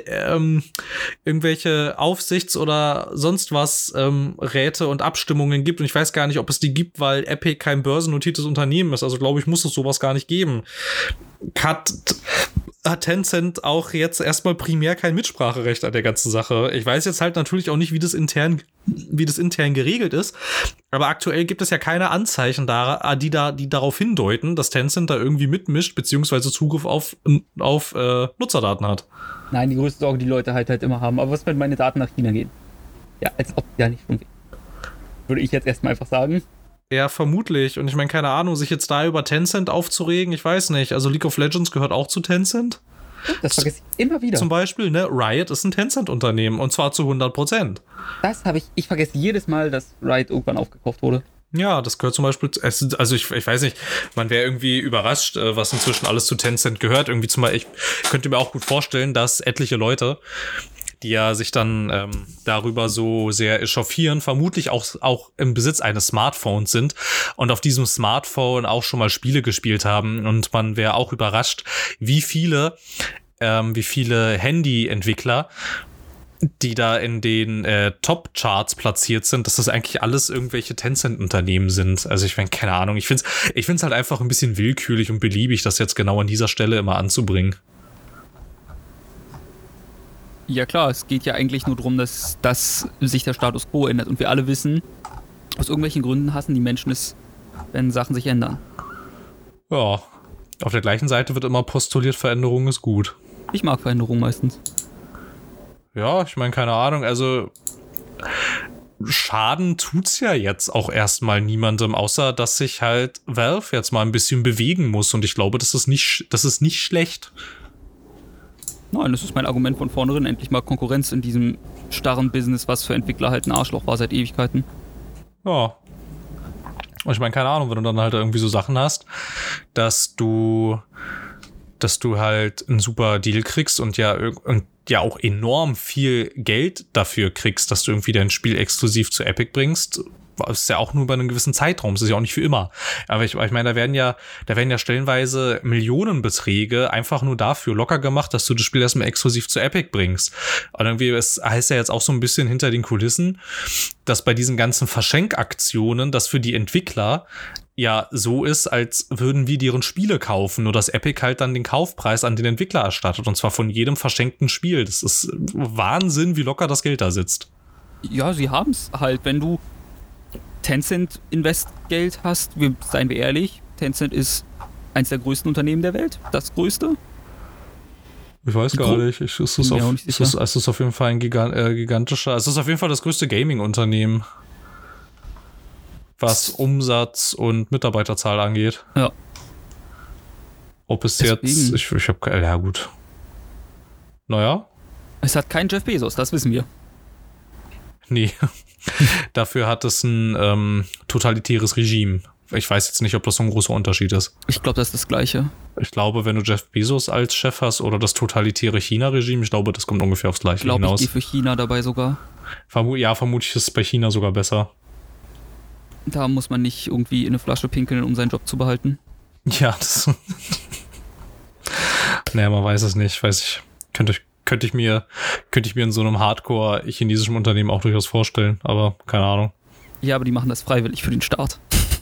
Aufsichts- oder sonst was Räte und Abstimmungen gibt, und ich weiß gar nicht, ob es die gibt, weil Epic kein börsennotiertes Unternehmen ist. Also glaube ich, muss es sowas gar nicht geben. Hat Tencent auch jetzt erstmal primär kein Mitspracherecht an der ganzen Sache. Ich weiß jetzt halt natürlich auch nicht, wie das intern geregelt ist, aber aktuell gibt es ja keine Anzeichen, die darauf hindeuten, dass Tencent da irgendwie mitmischt, beziehungsweise Zugriff auf Nutzerdaten hat. Nein, die größte Sorge, die Leute halt immer haben. Aber was, wenn meine Daten nach China gehen? Ja, als ob die da nicht schon gehen. Würde ich jetzt erstmal einfach sagen. Ja, vermutlich. Und ich meine, keine Ahnung, sich jetzt da über Tencent aufzuregen, ich weiß nicht. Also League of Legends gehört auch zu Tencent. Das vergesse ich immer wieder. Zum Beispiel, ne, Riot ist ein Tencent-Unternehmen und zwar zu 100%. Ich vergesse jedes Mal, dass Riot irgendwann aufgekauft wurde. Ja, das gehört zum Beispiel, also ich weiß nicht, man wäre irgendwie überrascht, was inzwischen alles zu Tencent gehört. Irgendwie ich könnte mir auch gut vorstellen, dass etliche Leute, die ja sich dann darüber so sehr echauffieren, vermutlich auch im Besitz eines Smartphones sind und auf diesem Smartphone auch schon mal Spiele gespielt haben. Und man wäre auch überrascht, wie viele Handy-Entwickler, die da in den Top-Charts platziert sind, dass das eigentlich alles irgendwelche Tencent-Unternehmen sind. Also ich meine, keine Ahnung, ich find's halt einfach ein bisschen willkürlich und beliebig, das jetzt genau an dieser Stelle immer anzubringen. Ja klar, es geht ja eigentlich nur darum, dass sich der Status quo ändert. Und wir alle wissen, aus irgendwelchen Gründen hassen die Menschen es, wenn Sachen sich ändern. Ja, auf der gleichen Seite wird immer postuliert, Veränderung ist gut. Ich mag Veränderung meistens. Ja, ich meine, keine Ahnung, also Schaden tut's ja jetzt auch erstmal niemandem, außer dass sich halt Valve jetzt mal ein bisschen bewegen muss. Und ich glaube, das ist nicht schlecht. Nein, das ist mein Argument von vornherein. Endlich mal Konkurrenz in diesem starren Business, was für Entwickler halt ein Arschloch war seit Ewigkeiten. Ja. Und ich meine, keine Ahnung, wenn du dann halt irgendwie so Sachen hast, dass du halt einen super Deal kriegst und ja auch enorm viel Geld dafür kriegst, dass du irgendwie dein Spiel exklusiv zu Epic bringst. Das ist ja auch nur bei einem gewissen Zeitraum, das ist ja auch nicht für immer. Aber ich meine, da werden ja stellenweise Millionenbeträge einfach nur dafür locker gemacht, dass du das Spiel erstmal exklusiv zu Epic bringst. Und irgendwie, es heißt ja jetzt auch so ein bisschen hinter den Kulissen, dass bei diesen ganzen Verschenkaktionen das für die Entwickler ja so ist, als würden wir deren Spiele kaufen, nur dass Epic halt dann den Kaufpreis an den Entwickler erstattet, und zwar von jedem verschenkten Spiel. Das ist Wahnsinn, wie locker das Geld da sitzt. Ja, sie haben's halt, wenn du Tencent Investgeld hast, seien wir ehrlich, Tencent ist eins der größten Unternehmen der Welt, das größte. Ich weiß gar nicht. Es ist auf jeden Fall ein gigantischer, es ist auf jeden Fall das größte Gaming-Unternehmen, was Umsatz und Mitarbeiterzahl angeht. Ja. Ob es Deswegen. jetzt, ich habe, ja gut. Naja, Es hat keinen Jeff Bezos, das wissen wir. nee. Dafür hat es ein totalitäres Regime. Ich weiß jetzt nicht, ob das so ein großer Unterschied ist. Ich glaube, das ist das Gleiche. Ich glaube, wenn du Jeff Bezos als Chef hast oder das totalitäre China-Regime, ich glaube, das kommt ungefähr aufs Gleiche Ich glaube, hinaus. ich gehe für China dabei sogar. Vermutlich ist es bei China sogar besser. Da muss man nicht irgendwie in eine Flasche pinkeln, um seinen Job zu behalten. Ja, das. Naja, man weiß es nicht. Weiß ich. Könnte ich mir in so einem Hardcore-chinesischen Unternehmen auch durchaus vorstellen, aber keine Ahnung. Ja, aber die machen das freiwillig für den Staat.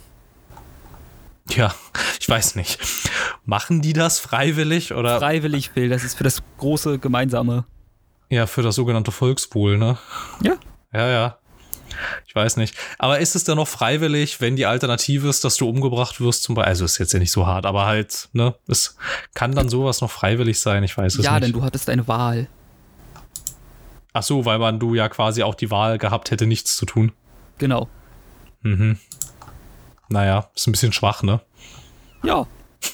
Ja, ich weiß nicht. Machen die das freiwillig oder? Freiwillig, Phil, das ist für das große Gemeinsame. Ja, für das sogenannte Volkswohl, ne? Ja. Ja. Ich weiß nicht. Aber ist es denn noch freiwillig, wenn die Alternative ist, dass du umgebracht wirst zum Beispiel? Also ist jetzt ja nicht so hart, aber halt, ne? Es kann dann sowas noch freiwillig sein, ich weiß es nicht. Ja, denn du hattest eine Wahl. Ach so, weil du ja quasi auch die Wahl gehabt hätte, nichts zu tun. Genau. Mhm. Naja, ist ein bisschen schwach, ne? Ja,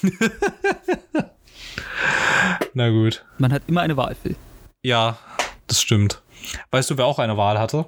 Na gut. man hat immer eine Wahl, Phil. Ja, das stimmt. Weißt du, wer auch eine Wahl hatte?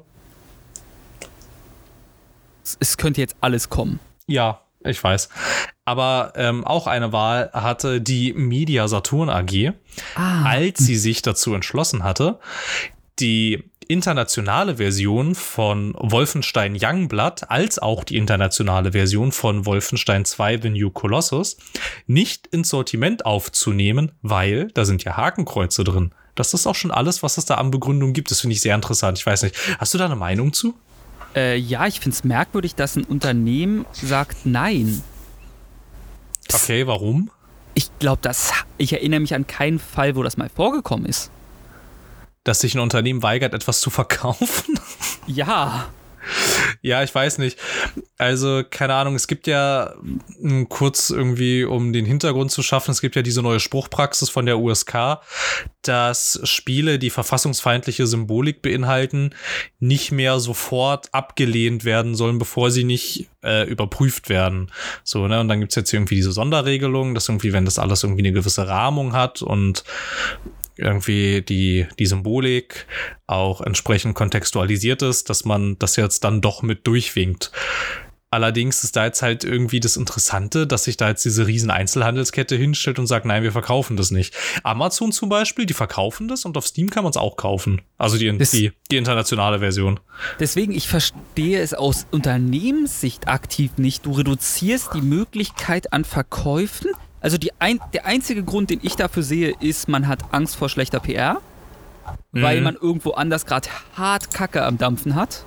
Es könnte jetzt alles kommen. Ja, ich weiß. Aber auch eine Wahl hatte die Media Saturn AG, als sie sich dazu entschlossen hatte, die internationale Version von Wolfenstein Youngblood als auch die internationale Version von Wolfenstein 2 The New Colossus nicht ins Sortiment aufzunehmen, weil da sind ja Hakenkreuze drin. Das ist auch schon alles, was es da an Begründung gibt. Das finde ich sehr interessant. Ich weiß nicht. Hast du da eine Meinung zu? Ja, ich finde es merkwürdig, dass ein Unternehmen sagt nein. Okay, warum? Ich glaube, ich erinnere mich an keinen Fall, wo das mal vorgekommen ist. Dass sich ein Unternehmen weigert, etwas zu verkaufen? Ja. Ja, ich weiß nicht. Also, keine Ahnung, es gibt ja kurz irgendwie, um den Hintergrund zu schaffen, es gibt ja diese neue Spruchpraxis von der USK, dass Spiele, die verfassungsfeindliche Symbolik beinhalten, nicht mehr sofort abgelehnt werden sollen, bevor sie nicht überprüft werden. So, ne? Und dann gibt's jetzt irgendwie diese Sonderregelung, dass irgendwie, wenn das alles irgendwie eine gewisse Rahmung hat und irgendwie die Symbolik auch entsprechend kontextualisiert ist, dass man das jetzt dann doch mit durchwinkt. Allerdings ist da jetzt halt irgendwie das Interessante, dass sich da jetzt diese riesen Einzelhandelskette hinstellt und sagt, nein, wir verkaufen das nicht. Amazon zum Beispiel, die verkaufen das und auf Steam kann man es auch kaufen. Also die internationale Version. Deswegen, ich verstehe es aus Unternehmenssicht aktiv nicht. Du reduzierst die Möglichkeit an Verkäufen. Also der einzige Grund, den ich dafür sehe, ist, man hat Angst vor schlechter PR, weil man irgendwo anders gerade hart Kacke am Dampfen hat.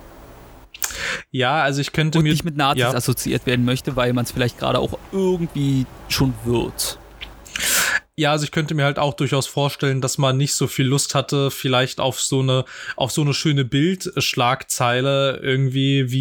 Ja, also ich könnte und mir nicht mit Nazis assoziiert werden möchte, weil man es vielleicht gerade auch irgendwie schon wird. Ja, also ich könnte mir halt auch durchaus vorstellen, dass man nicht so viel Lust hatte, vielleicht auf so eine schöne Bildschlagzeile irgendwie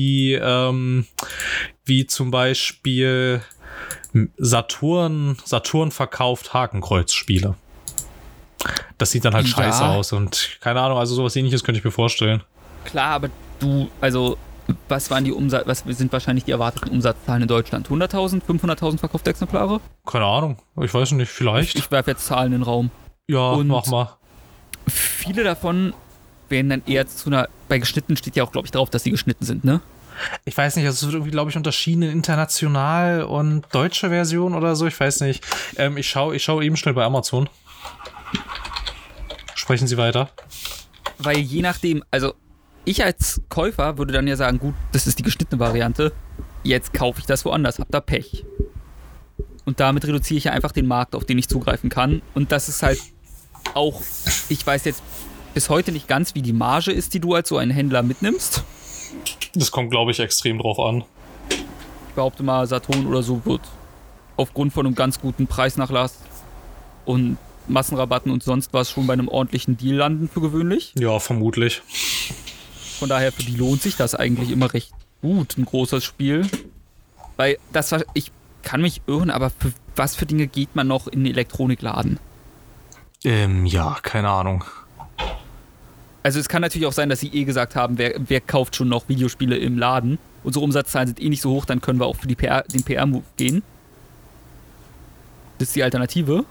wie zum Beispiel Saturn verkauft Hakenkreuzspiele. Das sieht dann halt scheiße aus und keine Ahnung, also sowas Ähnliches könnte ich mir vorstellen. Klar, aber was sind wahrscheinlich die erwarteten Umsatzzahlen in Deutschland? 100.000, 500.000 verkaufte Exemplare? Keine Ahnung, ich weiß nicht, vielleicht. Ich werfe jetzt Zahlen in den Raum. Ja, und mach mal. Viele davon werden dann eher bei geschnitten steht ja auch, glaube ich, drauf, dass sie geschnitten sind, ne? Ich weiß nicht, also es wird irgendwie, glaube ich, unterschieden in international und deutsche Version oder so, ich weiß nicht. Ich schau eben schnell bei Amazon. Sprechen Sie weiter. Weil je nachdem, also ich als Käufer würde dann ja sagen, gut, das ist die geschnittene Variante, jetzt kaufe ich das woanders, hab da Pech. Und damit reduziere ich ja einfach den Markt, auf den ich zugreifen kann. Und das ist halt auch, ich weiß jetzt bis heute nicht ganz, wie die Marge ist, die du als so einen Händler mitnimmst. Das kommt, glaube ich, extrem drauf an. Ich behaupte mal, Saturn oder so wird aufgrund von einem ganz guten Preisnachlass und Massenrabatten und sonst was schon bei einem ordentlichen Deal landen für gewöhnlich. Ja, vermutlich. Von daher, für die lohnt sich das eigentlich immer recht gut, ein großes Spiel. Weil ich kann mich irren, aber für was für Dinge geht man noch in den Elektronikladen? Ja, keine Ahnung. Also es kann natürlich auch sein, dass sie gesagt haben, wer kauft schon noch Videospiele im Laden? Unsere Umsatzzahlen sind nicht so hoch, dann können wir auch für den PR-Move gehen. Das ist die Alternative.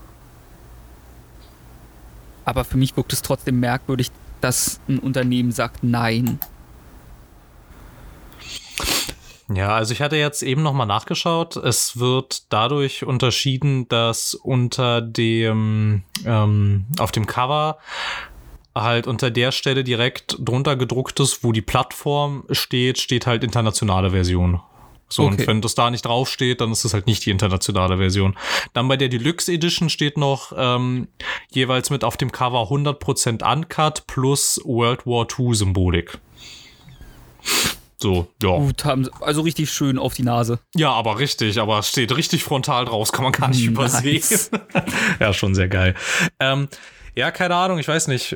Aber für mich wirkt es trotzdem merkwürdig, dass ein Unternehmen sagt Nein. Ja, also ich hatte jetzt eben nochmal nachgeschaut. Es wird dadurch unterschieden, dass unter dem auf dem Cover halt unter der Stelle direkt drunter gedruckt ist, wo die Plattform steht halt internationale Version. So, okay. Und wenn das da nicht draufsteht, dann ist es halt nicht die internationale Version. Dann bei der Deluxe Edition steht noch jeweils mit auf dem Cover 100% Uncut plus World War II Symbolik. So, ja. Gut, also richtig schön auf die Nase. Ja, aber es steht richtig frontal draus, kann man gar nicht übersehen. Ja, schon sehr geil. Ja, keine Ahnung, ich weiß nicht.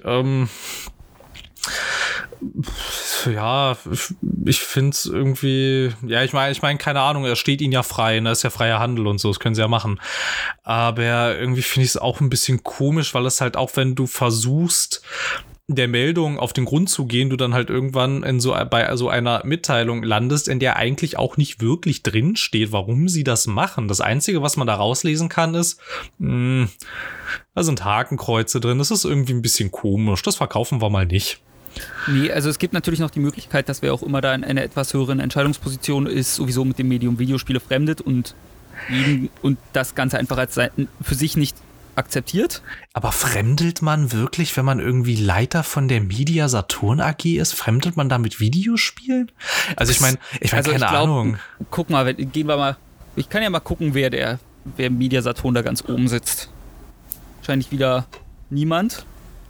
Ja, ich finde es irgendwie, ja, ich meine, keine Ahnung, er steht ihnen ja frei, ne, ist ja freier Handel und so, das können sie ja machen. Aber irgendwie finde ich es auch ein bisschen komisch, weil es halt auch, wenn du versuchst, der Meldung auf den Grund zu gehen, du dann halt irgendwann bei so einer Mitteilung landest, in der eigentlich auch nicht wirklich drin steht, warum sie das machen. Das Einzige, was man da rauslesen kann, ist, da sind Hakenkreuze drin, das ist irgendwie ein bisschen komisch, das verkaufen wir mal nicht. Nee, also es gibt natürlich noch die Möglichkeit, dass wer auch immer da in einer etwas höheren Entscheidungsposition ist, sowieso mit dem Medium Videospiele fremdet und das Ganze einfach als für sich nicht akzeptiert. Aber fremdelt man wirklich, wenn man irgendwie Leiter von der Media Saturn AG ist? Fremdelt man da mit Videospielen? Also ich meine, keine Ahnung. Guck mal, gehen wir mal. Ich kann ja mal gucken, wer Media Saturn da ganz oben sitzt. Wahrscheinlich wieder niemand.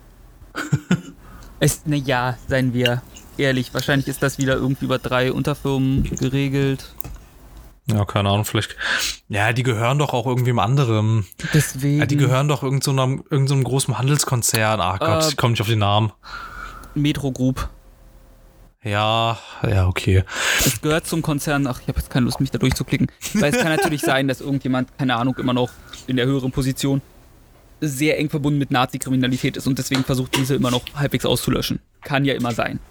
Naja, seien wir ehrlich, wahrscheinlich ist das wieder irgendwie über 3 Unterfirmen geregelt. Ja, keine Ahnung, vielleicht. Ja, die gehören doch auch irgendwie im anderen. Deswegen. Ja, die gehören doch irgendeinem großen Handelskonzern. Ach Gott, ich komme nicht auf den Namen. Metro Group. Ja, okay. Es gehört zum Konzern. Ach, ich habe jetzt keine Lust, mich da durchzuklicken. Weil es kann natürlich sein, dass irgendjemand, keine Ahnung, immer noch in der höheren Position sehr eng verbunden mit Nazi-Kriminalität ist und deswegen versucht, diese immer noch halbwegs auszulöschen. Kann ja immer sein.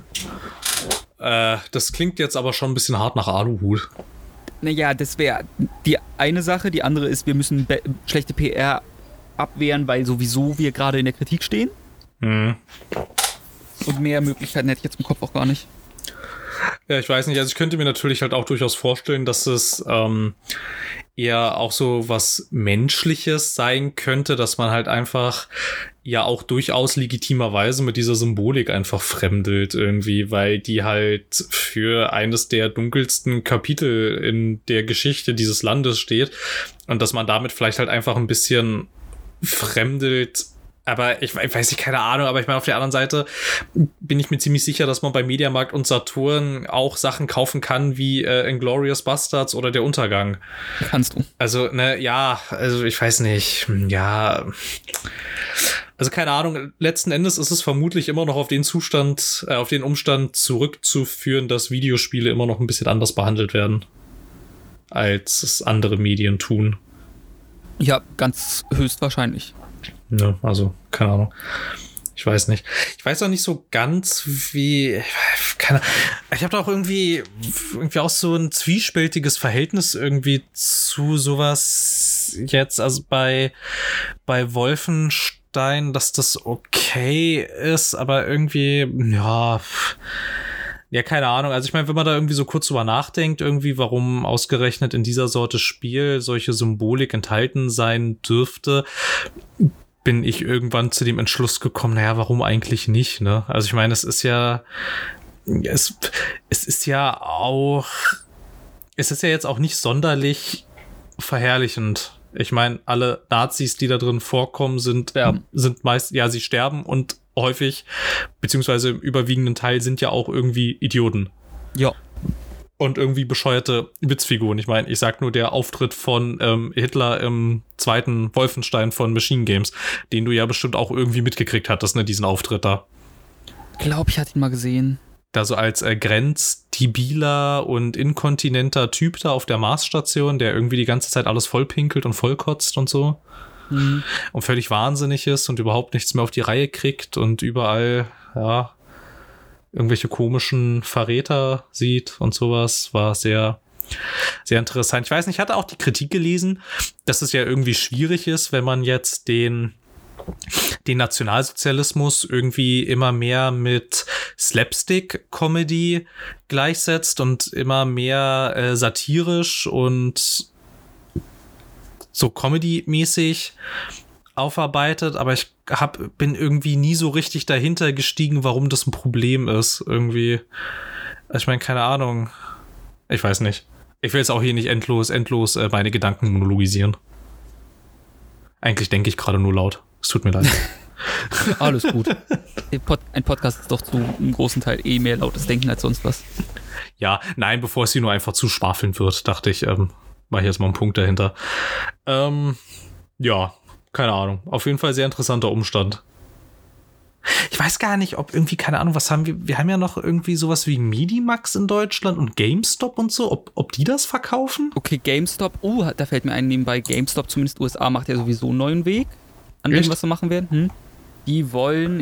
Das klingt jetzt aber schon ein bisschen hart nach Aluhut. Naja, das wäre die eine Sache. Die andere ist, wir müssen schlechte PR abwehren, weil sowieso wir gerade in der Kritik stehen. Mhm. Und mehr Möglichkeiten hätte ich jetzt im Kopf auch gar nicht. Ja, ich weiß nicht. Also ich könnte mir natürlich halt auch durchaus vorstellen, dass es eher auch so was Menschliches sein könnte, dass man halt einfach ja auch durchaus legitimerweise mit dieser Symbolik einfach fremdelt irgendwie, weil die halt für eines der dunkelsten Kapitel in der Geschichte dieses Landes steht und dass man damit vielleicht halt einfach ein bisschen fremdelt. Aber ich weiß nicht, keine Ahnung, aber ich meine, auf der anderen Seite bin ich mir ziemlich sicher, dass man bei Mediamarkt und Saturn auch Sachen kaufen kann wie Inglourious Basterds oder Der Untergang. Kannst du. Also, also ich weiß nicht, ja. Also keine Ahnung, letzten Endes ist es vermutlich immer noch auf den Umstand zurückzuführen, dass Videospiele immer noch ein bisschen anders behandelt werden, als es andere Medien tun. Ja, ganz höchstwahrscheinlich. Ja, also, keine Ahnung. Ich weiß nicht. Ich weiß auch nicht so ganz, wie. Ich habe da auch irgendwie auch so ein zwiespältiges Verhältnis irgendwie zu sowas jetzt. Also bei Wolfenstein, dass das okay ist, aber irgendwie, ja, keine Ahnung. Also ich meine, wenn man da irgendwie so kurz drüber nachdenkt, irgendwie, warum ausgerechnet in dieser Sorte Spiel solche Symbolik enthalten sein dürfte, bin ich irgendwann zu dem Entschluss gekommen, naja, warum eigentlich nicht, ne? Also ich meine, es ist ja jetzt auch nicht sonderlich verherrlichend. Ich meine, alle Nazis, die da drin vorkommen, sind meist, ja, sie sterben und häufig, beziehungsweise im überwiegenden Teil sind ja auch irgendwie Idioten. Ja. Und irgendwie bescheuerte Witzfiguren. Ich meine, ich sag nur der Auftritt von Hitler im zweiten Wolfenstein von Machine Games, den du ja bestimmt auch irgendwie mitgekriegt hattest, ne, diesen Auftritt da. Ich glaube, ich hatte ihn mal gesehen. Da so als grenzdebiler und inkontinenter Typ da auf der Marsstation, der irgendwie die ganze Zeit alles vollpinkelt und vollkotzt und so. Mhm. Und völlig wahnsinnig ist und überhaupt nichts mehr auf die Reihe kriegt und überall, ja, irgendwelche komischen Verräter sieht und sowas, war sehr sehr interessant. Ich weiß nicht, ich hatte auch die Kritik gelesen, dass es ja irgendwie schwierig ist, wenn man jetzt den Nationalsozialismus irgendwie immer mehr mit Slapstick-Comedy gleichsetzt und immer mehr satirisch und so Comedy-mäßig aufarbeitet, aber ich bin irgendwie nie so richtig dahinter gestiegen, warum das ein Problem ist. Irgendwie, ich meine, keine Ahnung. Ich weiß nicht. Ich will jetzt auch hier nicht endlos meine Gedanken monologisieren. Eigentlich denke ich gerade nur laut. Es tut mir leid. Alles gut. Ein Podcast ist doch zu einem großen Teil mehr lautes Denken als sonst was. Ja, nein, bevor es hier nur einfach zu schwafeln wird, dachte ich, mache ich jetzt mal einen Punkt dahinter. Ja, keine Ahnung. Auf jeden Fall sehr interessanter Umstand. Ich weiß gar nicht, ob irgendwie, keine Ahnung, was haben wir? Wir haben ja noch irgendwie sowas wie Medimax in Deutschland und GameStop und so. Ob die das verkaufen? Okay, GameStop. Da fällt mir ein, nebenbei GameStop, zumindest USA, macht ja sowieso einen neuen Weg an dem, was sie machen werden. Die wollen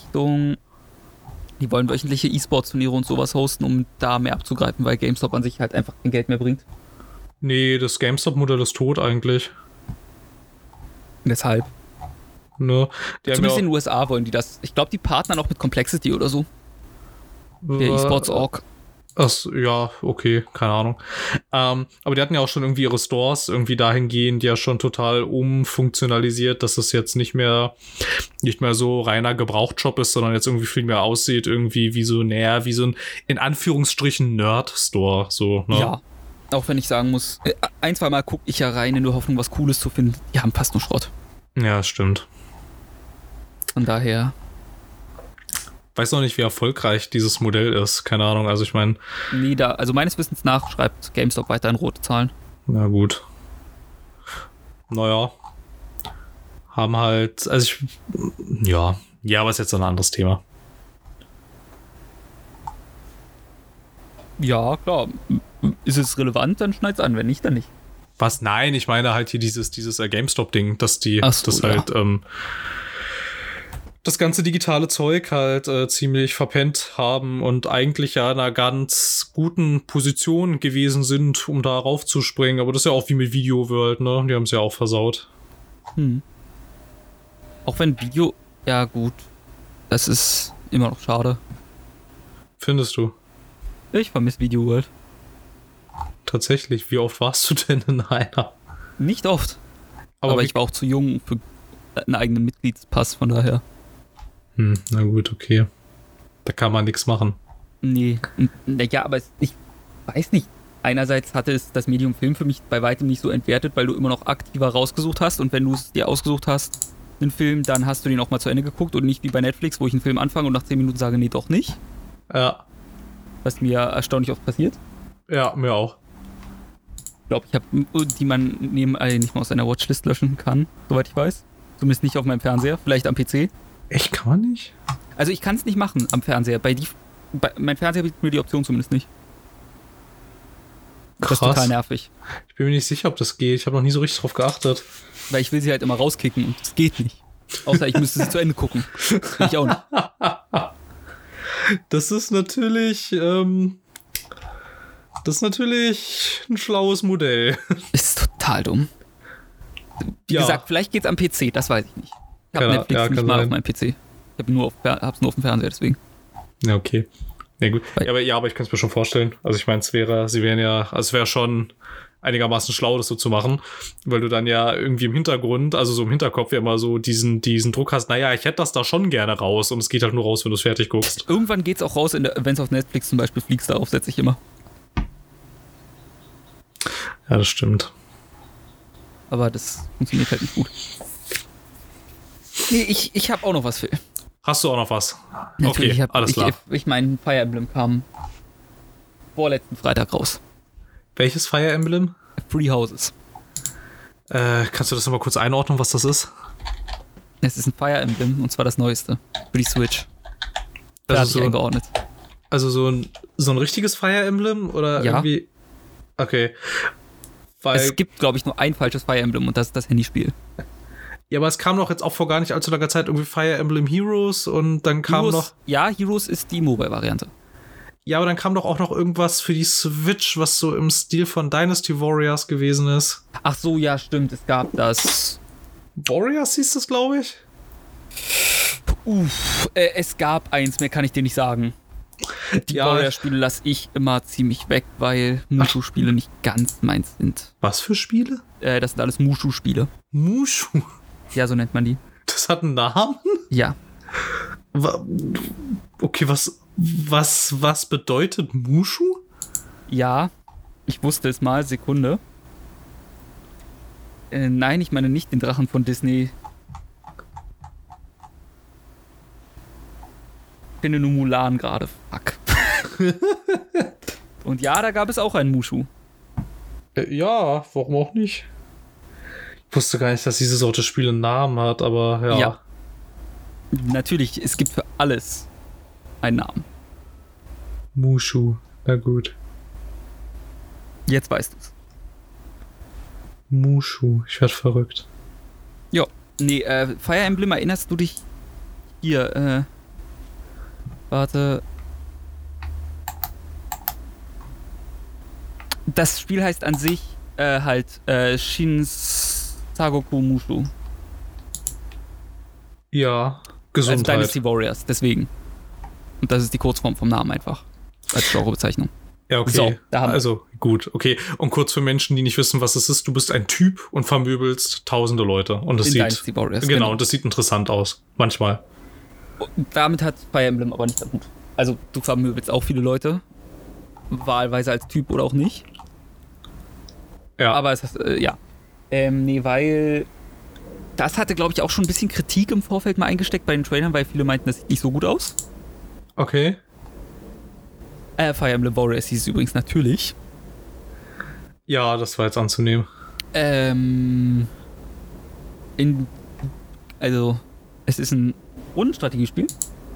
die wollen wöchentliche E-Sports-Turniere und sowas hosten, um da mehr abzugreifen, weil GameStop an sich halt einfach kein Geld mehr bringt. Nee, das GameStop-Modell ist tot eigentlich. Deshalb. Ne? Zumindest in den USA wollen die das. Ich glaube, die partnern auch mit Complexity oder so. Der eSports.org. Ja, okay, keine Ahnung. Aber die hatten ja auch schon irgendwie ihre Stores irgendwie dahingehend ja schon total umfunktionalisiert, dass es jetzt nicht mehr so reiner Gebrauchtshop ist, sondern jetzt irgendwie viel mehr aussieht, irgendwie wie so ein, in Anführungsstrichen, Nerd-Store, so, ne? Ja. Auch wenn ich sagen muss, ein, zwei Mal gucke ich ja rein in der Hoffnung, was Cooles zu finden. Die haben fast nur Schrott. Ja, stimmt. Von daher. Weiß noch nicht, wie erfolgreich dieses Modell ist. Keine Ahnung, also ich meine. Nee, also meines Wissens nach schreibt GameStop weiterhin rote Zahlen. Na gut. Naja. Haben halt, ja, aber ist jetzt ein anderes Thema. Ja, klar. Ist es relevant, dann schneid's an. Wenn nicht, dann nicht. Was? Nein, ich meine halt hier dieses GameStop-Ding, dass die das ganze digitale Zeug halt ziemlich verpennt haben und eigentlich ja in einer ganz guten Position gewesen sind, um da raufzuspringen. Aber das ist ja auch wie mit Video World, ne? Die haben es ja auch versaut. Auch wenn Video, ja gut, das ist immer noch schade. Findest du? Ich vermisse Video World. Tatsächlich, wie oft warst du denn in einer? Nicht oft. Aber ich war auch zu jung für einen eigenen Mitgliedspass, von daher. Na gut, okay. Da kann man nichts machen. Nee. Naja, aber ich weiß nicht. Einerseits hatte es das Medium Film für mich bei weitem nicht so entwertet, weil du immer noch aktiver rausgesucht hast. Und wenn du es dir ausgesucht hast, einen Film, dann hast du den auch mal zu Ende geguckt und nicht wie bei Netflix, wo ich einen Film anfange und nach 10 Minuten sage, nee, doch nicht. Ja. Was mir erstaunlich oft passiert. Ja, mir auch. Ich glaube, ich habe die man nicht mal aus einer Watchlist löschen kann, soweit ich weiß. Zumindest nicht auf meinem Fernseher, vielleicht am PC. Echt, kann man nicht? Also ich kann es nicht machen am Fernseher. Mein Fernseher bietet mir die Option zumindest nicht. Krass. Das ist total nervig. Ich bin mir nicht sicher, ob das geht. Ich habe noch nie so richtig drauf geachtet. Weil ich will sie halt immer rauskicken und es geht nicht. Außer ich müsste sie zu Ende gucken. Ich auch nicht. Das ist natürlich ein schlaues Modell. Ist total dumm. Wie gesagt, vielleicht geht's am PC, das weiß ich nicht. Ich habe Netflix nicht mal auf meinem PC. Ich hab's nur auf dem Fernseher, deswegen. Ja, okay. Ja, gut. Aber ich kann es mir schon vorstellen. Also ich meine, es wäre schon einigermaßen schlau, das so zu machen, weil du dann ja irgendwie im Hintergrund, also so im Hinterkopf ja immer so diesen Druck hast, naja, ich hätte das da schon gerne raus und es geht halt nur raus, wenn du es fertig guckst. Irgendwann geht's auch raus, wenn es auf Netflix zum Beispiel fliegst, darauf setze ich immer. Ja, das stimmt. Aber das funktioniert halt nicht gut. Nee, ich habe auch noch was, Phil. Hast du auch noch was? Natürlich, okay, alles klar. Ich mein Fire Emblem kam vorletzten Freitag raus. Welches Fire Emblem? Three Houses. Kannst du das nochmal kurz einordnen, was das ist? Es ist ein Fire Emblem und zwar das neueste für die Switch. Also eingeordnet. Also so ein richtiges Fire Emblem oder irgendwie? Okay. Weil es gibt, glaube ich, nur ein falsches Fire Emblem und das ist das Handyspiel. Ja, aber es kam doch jetzt auch vor gar nicht allzu langer Zeit irgendwie Fire Emblem Heroes und dann kam noch... Ja, Heroes ist die Mobile-Variante. Ja, aber dann kam doch auch noch irgendwas für die Switch, was so im Stil von Dynasty Warriors gewesen ist. Ach so, ja, stimmt, es gab das. Warriors hieß das, glaube ich? Es gab eins, mehr kann ich dir nicht sagen. Die Ja, Warrior-Spiele lasse ich immer ziemlich weg, weil Mushu-Spiele nicht ganz meins sind. was für Spiele? Das sind alles Mushu-Spiele. Mushu. Ja, so nennt man die. Das hat einen Namen? Ja. Okay, was bedeutet Mushu? Ja, ich wusste es mal, Sekunde. Nein, ich meine nicht den Drachen von Disney. Ich finde nur Mulan gerade. Fuck. Und ja, da gab es auch einen Mushu. Ja, warum auch nicht? Ich wusste gar nicht, dass diese Sorte Spiele einen Namen hat, aber ja. Ja. Natürlich, es gibt für alles einen Namen. Mushu, na gut. Jetzt weißt du es. Mushu, ich werd verrückt. Ja. Nee, Fire Emblem, erinnerst du dich hier, warte. Das Spiel heißt an sich Shin Sagoku Mushu. Ja, Also Gesundheit. Dynasty Warriors, deswegen. Und das ist die Kurzform vom Namen einfach. Als Genrebezeichnung. Ja, okay. So, da haben wir. Also, gut, okay. Und kurz für Menschen, die nicht wissen, was es ist, du bist ein Typ und vermöbelst tausende Leute. Und das In sieht. Dynasty Warriors, Genau, und das sieht interessant aus. Manchmal. Und damit hat Fire Emblem aber nicht gut. Also, du vermöbelst auch viele Leute. Wahlweise als Typ oder auch nicht. Ja. Aber es ist, ja. Nee, weil das hatte, glaube ich, auch schon ein bisschen Kritik im Vorfeld mal eingesteckt bei den Trailern, weil viele meinten, das sieht nicht so gut aus. Okay. Fire Emblem Warriors hieß es übrigens natürlich. Ja, das war jetzt anzunehmen. Also, es ist ein Rundenstrategiespiel.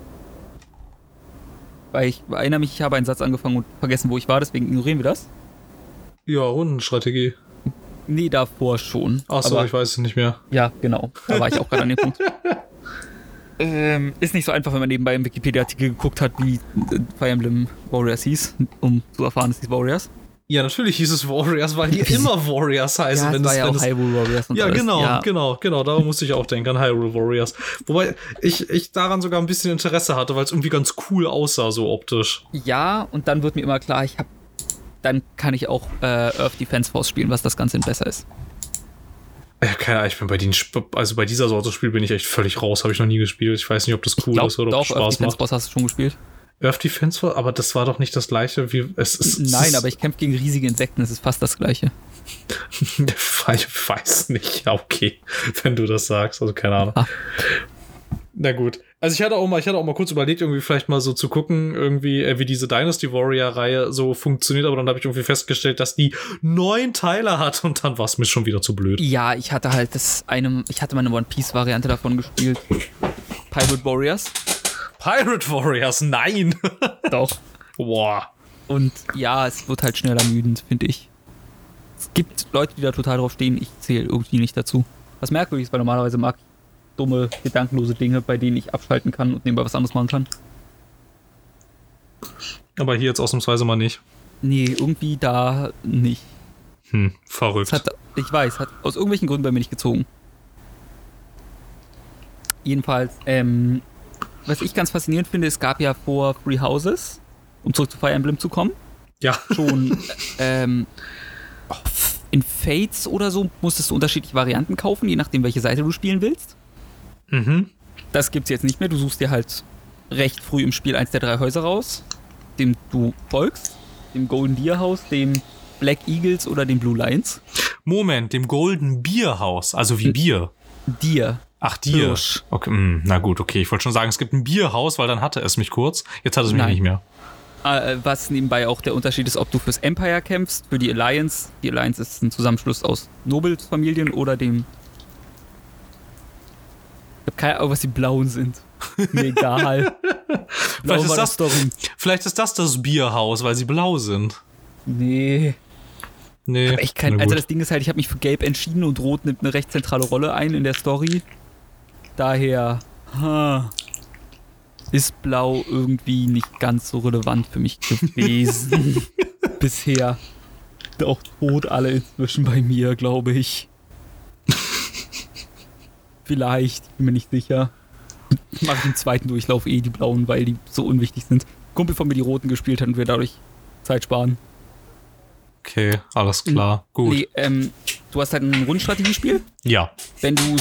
Weil ich erinnere mich, ich habe einen Satz angefangen und vergessen, wo ich war, deswegen ignorieren wir das. Ja, Rundenstrategie. Nee, davor schon. Achso, Aber ich weiß es nicht mehr. ja, genau. Da war ich auch gerade an dem Punkt. Ist nicht so einfach, wenn man nebenbei im Wikipedia-Artikel geguckt hat, wie Fire Emblem Warriors hieß, um zu erfahren, es hieß Warriors. Ja, natürlich hieß es Warriors, weil hier immer Warriors heißen. Ja, wenn das war ja wenn auch Hyrule Warriors und Ja, alles. genau, Ja. genau. Darum musste ich auch denken an Hyrule Warriors. Wobei ich daran sogar ein bisschen Interesse hatte, weil es irgendwie ganz cool aussah, so optisch. Ja, und dann wird mir immer klar, dann kann ich auch Earth Defense Force spielen, was das Ganze besser ist. Ja, keine Ahnung, ich bin bei dieser Sorte Spiel bin ich echt völlig raus, habe ich noch nie gespielt. Ich weiß nicht, ob das cool ist oder ob es Earth Spaß Defense macht. Force hast du schon gespielt? Earth Defense Force, aber das war doch nicht das gleiche wie Nein, aber ich kämpfe gegen riesige Insekten, es ist fast das gleiche. ich weiß nicht. Ja, okay, wenn du das sagst, also keine Ahnung. Ah. Na gut. Also ich hatte auch mal kurz überlegt, irgendwie vielleicht mal so zu gucken, irgendwie, wie diese Dynasty Warrior-Reihe so funktioniert, aber dann habe ich irgendwie festgestellt, dass die 9 Teile hat und dann war es mir schon wieder zu blöd. Ja, ich hatte halt meine One Piece Variante davon gespielt. Pirate Warriors. Pirate Warriors, nein! Doch. Boah. Und ja, es wird halt schnell ermüdend, finde ich. Es gibt Leute, die da total drauf stehen, ich zähle irgendwie nicht dazu. Was merkwürdig ist, weil normalerweise mag ich dumme, gedankenlose Dinge, bei denen ich abschalten kann und nebenbei was anderes machen kann. Aber hier jetzt ausnahmsweise mal nicht. Nee, irgendwie da nicht. Verrückt. Hat aus irgendwelchen Gründen bei mir nicht gezogen. Jedenfalls, was ich ganz faszinierend finde, es gab ja vor Three Houses, um zurück zu Fire Emblem zu kommen, Ja. schon in Fates oder so musstest du unterschiedliche Varianten kaufen, je nachdem, welche Seite du spielen willst. Mhm. Das gibt's jetzt nicht mehr. Du suchst dir halt recht früh im Spiel eins der 3 Häuser raus, dem du folgst. Dem Golden Deer Haus, dem Black Eagles oder dem Blue Lions. Moment, dem Golden Bierhaus, also wie Bier. Dir. Ach, dir. Hirsch. Okay, na gut, okay. Ich wollte schon sagen, es gibt ein Bierhaus, weil dann hatte es mich kurz. Jetzt hat es mich Nein. nicht mehr. Was nebenbei auch der Unterschied ist, ob du fürs Empire kämpfst, für die Alliance. Die Alliance ist ein Zusammenschluss aus Nobelfamilien oder dem... Ich hab keine Ahnung, was die Blauen sind. Mir egal. Blau war das Story. Vielleicht ist das Bierhaus, weil sie blau sind. Nee. Nee. Aber also das Ding ist halt, ich habe mich für Gelb entschieden und Rot nimmt eine recht zentrale Rolle ein in der Story. Daher... ist Blau irgendwie nicht ganz so relevant für mich gewesen. Bisher. Auch tot alle inzwischen bei mir, glaube ich. Vielleicht, bin mir nicht sicher. Mache ich im zweiten Durchlauf die Blauen, weil die so unwichtig sind. Kumpel von mir die Roten gespielt hat und wir dadurch Zeit sparen. Okay, alles klar. Gut. Nee, du hast halt ein Rundenstrategiespiel. Ja. Wenn du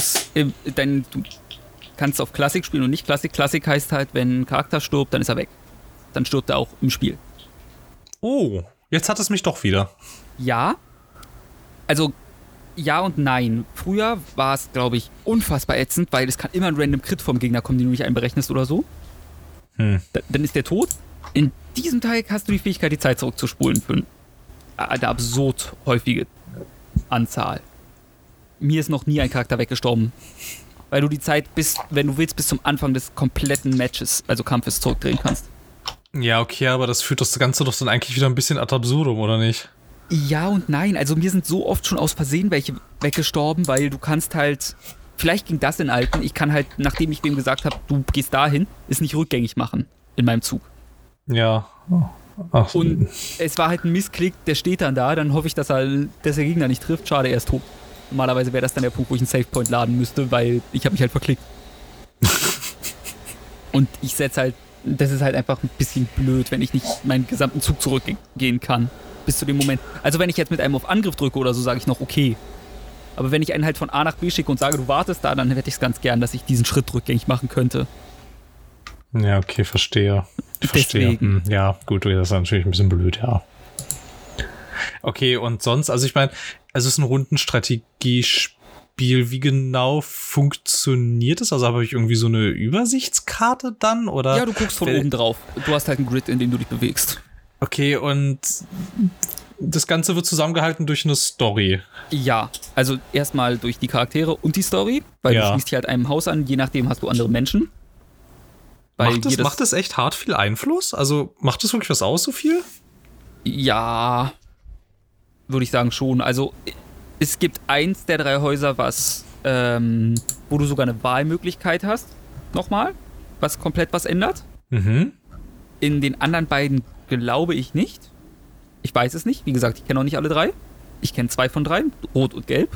kannst auf Klassik spielen und nicht Klassik. Klassik heißt halt, wenn ein Charakter stirbt, dann ist er weg. Dann stirbt er auch im Spiel. Oh, jetzt hat es mich doch wieder. Ja. Also, ja und nein. Früher war es, glaube ich, unfassbar ätzend, weil es kann immer ein random Crit vom Gegner kommen, den du nicht einberechnest oder so. Dann ist der tot. In diesem Teil hast du die Fähigkeit, die Zeit zurückzuspulen für eine absurd häufige Anzahl. Mir ist noch nie ein Charakter weggestorben. Weil du die Zeit wenn du willst, bis zum Anfang des kompletten Matches, also Kampfes, zurückdrehen kannst. Ja, okay, aber das führt das Ganze doch dann eigentlich wieder ein bisschen ad absurdum, oder nicht? Ja und nein. Also mir sind so oft schon aus Versehen welche weggestorben, weil du kannst halt, vielleicht ging das in Alten, ich kann halt, nachdem ich wem gesagt habe, du gehst dahin, es nicht rückgängig machen in meinem Zug. Ja. Ach. Und es war halt ein Missklick, der steht dann da, dann hoffe ich, dass der Gegner nicht trifft. Schade, er ist tot. Normalerweise wäre das dann der Punkt, wo ich einen Savepoint laden müsste, weil ich habe mich halt verklickt. Und ich setze halt, das ist halt einfach ein bisschen blöd, wenn ich nicht meinen gesamten Zug zurückgehen kann. Bis zu dem Moment. Also wenn ich jetzt mit einem auf Angriff drücke oder so, sage ich noch okay. Aber wenn ich einen halt von A nach B schicke und sage, du wartest da, dann hätte ich es ganz gern, dass ich diesen Schritt rückgängig machen könnte. Ja, okay, verstehe. Deswegen. Ja, gut, das ist natürlich ein bisschen blöd, ja. Okay, und sonst, also ich meine, es ist ein Rundenstrategiespiel. Wie genau funktioniert es? Also habe ich irgendwie so eine Übersichtskarte dann? Oder? Ja, du guckst von oben drauf. Du hast halt einen Grid, in dem du dich bewegst. Okay, und das Ganze wird zusammengehalten durch eine Story. Ja, also erstmal durch die Charaktere und die Story, weil du schließt dich halt einem Haus an, je nachdem hast du andere Menschen. Macht das echt hart viel Einfluss? Also macht das wirklich was aus, so viel? Ja, würde ich sagen schon. Also es gibt eins der 3 Häuser, wo du sogar eine Wahlmöglichkeit hast. Nochmal, was komplett was ändert. Mhm. In den anderen beiden glaube ich nicht. Ich weiß es nicht. Wie gesagt, ich kenne auch nicht alle 3. Ich kenne 2 von 3, Rot und Gelb.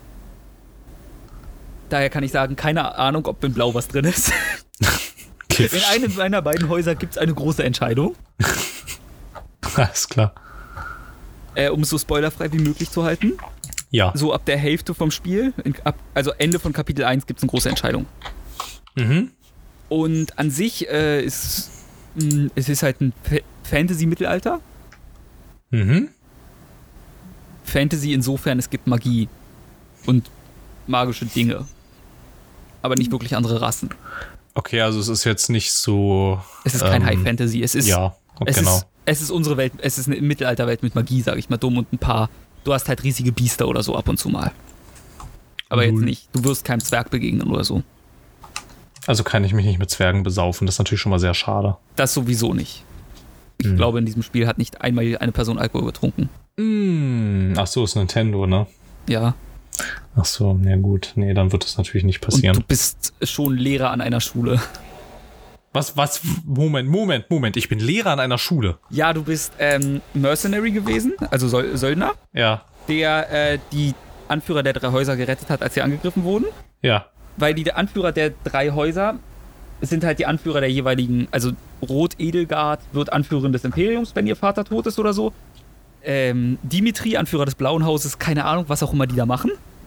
Daher kann ich sagen, keine Ahnung, ob in Blau was drin ist. Okay. In einem meiner beiden Häuser gibt es eine große Entscheidung. Alles klar. Um es so spoilerfrei wie möglich zu halten. Ja. So ab der Hälfte vom Spiel, also Ende von Kapitel 1, gibt es eine große Entscheidung. Mhm. Und an sich es ist halt ein Fantasy-Mittelalter. Mhm. Fantasy insofern, es gibt Magie und magische Dinge. Aber nicht wirklich andere Rassen. Okay, also es ist jetzt nicht so... Es ist kein High Fantasy. Es ist, ja, genau. Es ist unsere Welt, es ist eine Mittelalterwelt mit Magie, sage ich mal dumm, und ein paar. Du hast halt riesige Biester oder so ab und zu mal. Aber jetzt nicht. Du wirst keinem Zwerg begegnen oder so. Also kann ich mich nicht mit Zwergen besaufen. Das ist natürlich schon mal sehr schade. Das sowieso nicht. Ich glaube, in diesem Spiel hat nicht einmal eine Person Alkohol getrunken. Ach so, ist Nintendo, ne? Ja. Ach so, na gut. Nee, dann wird das natürlich nicht passieren. Und du bist schon Lehrer an einer Schule. Was? Moment. Ich bin Lehrer an einer Schule. Ja, du bist Mercenary gewesen, also Söldner. Ja. Der die Anführer der 3 Häuser gerettet hat, als sie angegriffen wurden. Ja. Weil die Anführer der 3 Häuser sind halt die Anführer der jeweiligen, also Rot Edelgard wird Anführerin des Imperiums, wenn ihr Vater tot ist oder so. Dimitri, Anführer des Blauen Hauses, keine Ahnung, was auch immer die da machen.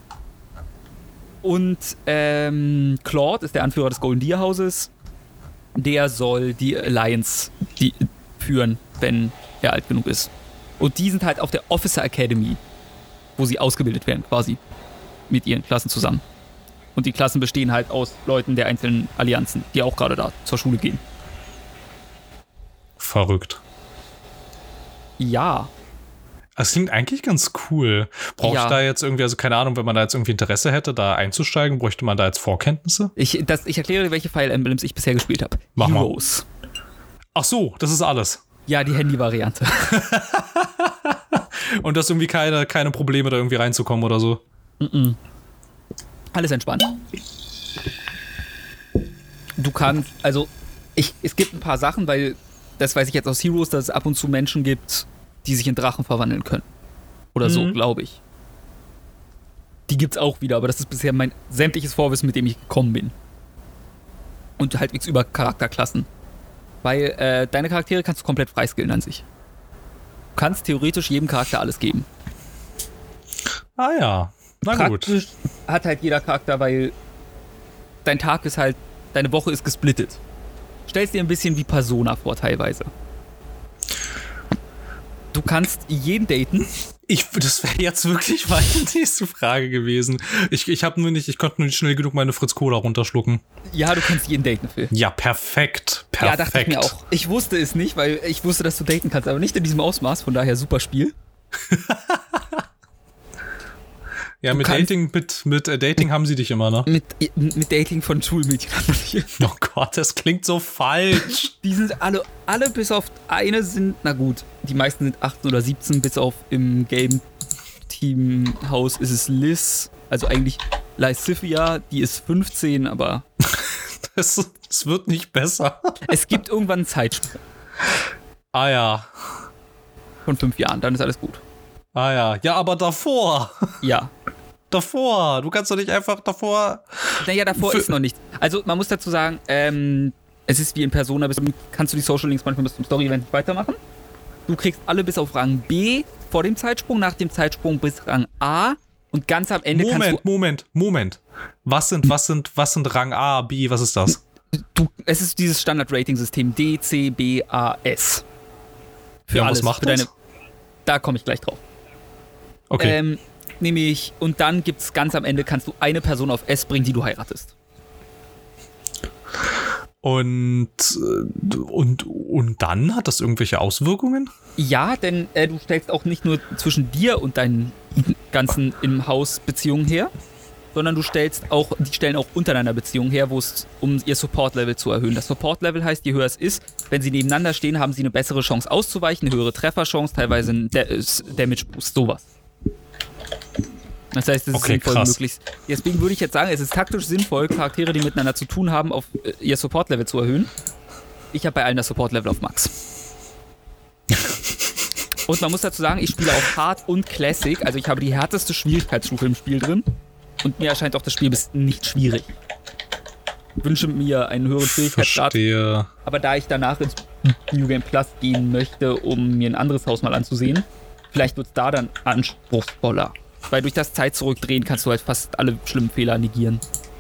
Und Claude ist der Anführer des Golden Deer Hauses. Der soll die Alliance führen, wenn er alt genug ist. Und die sind halt auf der Officer Academy, wo sie ausgebildet werden, quasi. Mit ihren Klassen zusammen. Und die Klassen bestehen halt aus Leuten der einzelnen Allianzen, die auch gerade da zur Schule gehen. Verrückt. Ja. Das klingt eigentlich ganz cool. Brauche ich da jetzt irgendwie, also keine Ahnung, wenn man da jetzt irgendwie Interesse hätte, da einzusteigen, bräuchte man da jetzt Vorkenntnisse? Ich erkläre dir, welche Fire Emblems ich bisher gespielt habe. Mach mal. Heroes. Ach so, das ist alles. Ja, die Handy-Variante. Und das irgendwie keine Probleme, da irgendwie reinzukommen oder so? Alles entspannt. Du kannst, also Es gibt ein paar Sachen, weil, das weiß ich jetzt aus Heroes, dass es ab und zu Menschen gibt, die sich in Drachen verwandeln können. Oder so, glaube ich. Die gibt's auch wieder, aber das ist bisher mein sämtliches Vorwissen, mit dem ich gekommen bin. Und halbwegs über Charakterklassen. Weil deine Charaktere kannst du komplett freiskillen an sich. Du kannst theoretisch jedem Charakter alles geben. Ah ja, na Praktisch gut. hat halt jeder Charakter, weil dein Tag ist halt, deine Woche ist gesplittet. Stellst dir ein bisschen wie Persona vor teilweise. Du kannst jeden daten. Das wäre jetzt wirklich meine nächste Frage gewesen. Ich konnte nur nicht schnell genug meine Fritz Cola runterschlucken. Ja, du kannst jeden daten, Phil. Ja, perfekt. Ja, dachte ich mir auch. Ich wusste es nicht, weil ich wusste, dass du daten kannst, aber nicht in diesem Ausmaß, von daher super Spiel. Ja, mit Dating haben sie dich immer, ne? Mit Dating von Schulmädchen hat man dich. Oh Gott, das klingt so falsch. Die sind alle bis auf eine sind, na gut, die meisten sind 18 oder 17, bis auf im Game-Team-Haus ist es Liz, also eigentlich Lysithia, die ist 15, aber Es wird nicht besser. es gibt irgendwann einen Zeitsprung Ah ja. von 5 Jahren, dann ist alles gut. Ah ja. Ja, aber davor. Ja. Davor. Du kannst doch nicht einfach davor. Naja, davor ist noch nichts. Also man muss dazu sagen, es ist wie in Persona, kannst du die Social Links manchmal bis zum Story-Event nicht weitermachen. Du kriegst alle bis auf Rang B vor dem Zeitsprung, nach dem Zeitsprung bis Rang A und ganz am Ende kannst du... Moment. Was sind Rang A, B, was ist das? Es ist dieses Standard-Rating-System D, C, B, A, S. Für Ja, alles. was macht für das? Da komme ich gleich drauf. Okay. Nämlich, und dann gibt's ganz am Ende, kannst du eine Person auf S bringen, die du heiratest. Und dann hat das irgendwelche Auswirkungen? Ja, denn du stellst auch nicht nur zwischen dir und deinen ganzen im Haus Beziehungen her, sondern die stellen auch untereinander Beziehungen her, um ihr Support-Level zu erhöhen. Das Support-Level heißt, je höher es ist, wenn sie nebeneinander stehen, haben sie eine bessere Chance auszuweichen, eine höhere Trefferchance, teilweise ein Damage-Boost, sowas. Das heißt, es ist sinnvoll, möglichst. Deswegen würde ich jetzt sagen, es ist taktisch sinnvoll, Charaktere, die miteinander zu tun haben, auf ihr Support-Level zu erhöhen. Ich habe bei allen das Support-Level auf Max. Und man muss dazu sagen, ich spiele auf Hard und Classic, also ich habe die härteste Schwierigkeitsstufe im Spiel drin. Und mir erscheint auch das Spiel nicht schwierig. Ich wünsche mir einen höheren Schwierigkeitsgrad. Verstehe. Aber da ich danach ins New Game Plus gehen möchte, um mir ein anderes Haus mal anzusehen, vielleicht wird es da dann anspruchsvoller. Weil durch das Zeit zurückdrehen kannst du halt fast alle schlimmen Fehler negieren.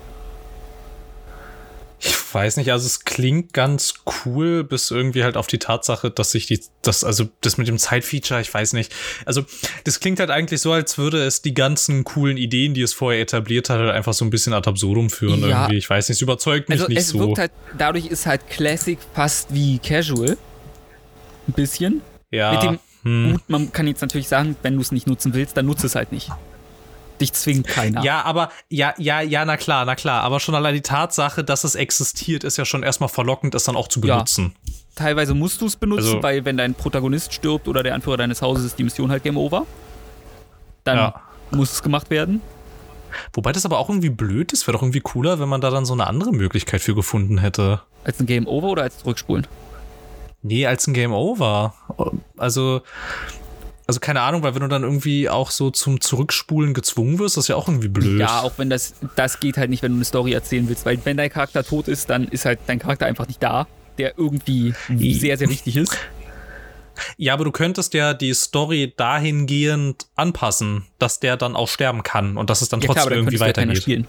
Ich weiß nicht, also es klingt ganz cool, bis irgendwie halt auf die Tatsache, dass sich das mit dem Zeitfeature, ich weiß nicht. Also, das klingt halt eigentlich so, als würde es die ganzen coolen Ideen, die es vorher etabliert hat, halt einfach so ein bisschen ad absurdum führen irgendwie. Ich weiß nicht, es überzeugt mich nicht so. Wirkt halt, dadurch ist halt Classic fast wie Casual. Ein bisschen. Ja. Mit dem, gut, man kann jetzt natürlich sagen, wenn du es nicht nutzen willst, dann nutze es halt nicht. Dich zwingt keiner. Ja, aber, na klar. Aber schon allein die Tatsache, dass es existiert, ist ja schon erstmal verlockend, es dann auch zu benutzen. Ja. Teilweise musst du es benutzen, weil wenn dein Protagonist stirbt oder der Anführer deines Hauses, ist die Mission halt Game Over. Dann muss es gemacht werden. Wobei das aber auch irgendwie blöd ist. Wäre doch irgendwie cooler, wenn man da dann so eine andere Möglichkeit für gefunden hätte. Als ein Game Over oder als Zurückspulen? Nee, als ein Game Over. Also keine Ahnung, weil wenn du dann irgendwie auch so zum Zurückspulen gezwungen wirst, das ist ja auch irgendwie blöd. Ja, auch wenn das geht halt nicht, wenn du eine Story erzählen willst, weil wenn dein Charakter tot ist, dann ist halt dein Charakter einfach nicht da, der irgendwie sehr, sehr wichtig ist. Ja, aber du könntest ja die Story dahingehend anpassen, dass der dann auch sterben kann und dass es dann trotzdem klar, irgendwie weitergeht. Spielen.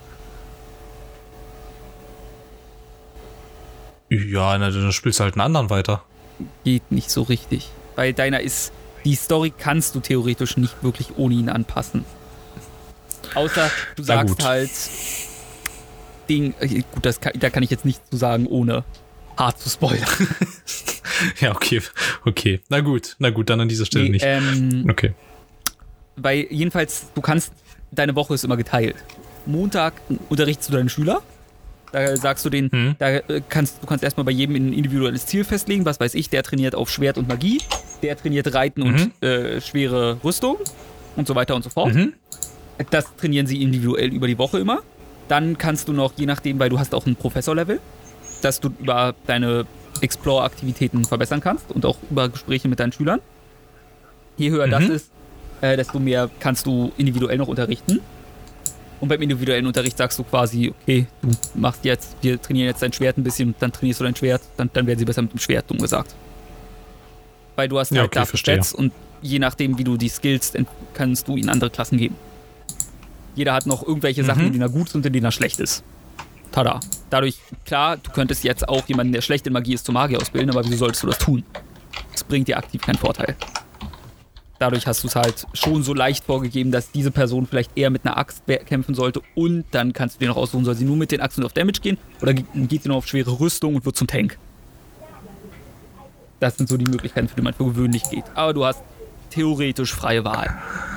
Ja, dann spielst du halt einen anderen weiter. Geht nicht so richtig, weil deiner ist... Die Story kannst du theoretisch nicht wirklich ohne ihn anpassen. Außer du sagst halt gut, da kann ich jetzt nichts zu sagen, ohne hart zu spoilern. Ja, okay. Na gut, dann an dieser Stelle nicht. Okay. Weil jedenfalls, deine Woche ist immer geteilt. Montag unterrichtest du deinen Schüler. Da sagst du denen, du kannst erstmal bei jedem ein individuelles Ziel festlegen. Was weiß ich, der trainiert auf Schwert und Magie, der trainiert Reiten und schwere Rüstung und so weiter und so fort. Das trainieren sie individuell über die Woche immer. Dann kannst du noch, je nachdem, weil du hast auch ein Professor-Level, dass du über deine Explore-Aktivitäten verbessern kannst und auch über Gespräche mit deinen Schülern. Je höher das ist, desto mehr kannst du individuell noch unterrichten. Und beim individuellen Unterricht sagst du quasi, okay, wir trainieren jetzt dein Schwert ein bisschen, dann trainierst du dein Schwert, dann werden sie besser mit dem Schwert, dumm gesagt. Weil du hast halt dafür Stats und je nachdem, wie du die skillst, kannst du ihnen andere Klassen geben. Jeder hat noch irgendwelche Sachen, in denen er gut ist und in denen er schlecht ist. Tada. Dadurch, klar, du könntest jetzt auch jemanden, der schlecht in Magie ist, zum Magier ausbilden, aber wieso solltest du das tun? Das bringt dir aktiv keinen Vorteil. Dadurch hast du es halt schon so leicht vorgegeben, dass diese Person vielleicht eher mit einer Axt kämpfen sollte und dann kannst du dir noch aussuchen, soll sie nur mit den Axten auf Damage gehen oder geht sie noch auf schwere Rüstung und wird zum Tank. Das sind so die Möglichkeiten, für die man für gewöhnlich geht. Aber du hast theoretisch freie Wahl.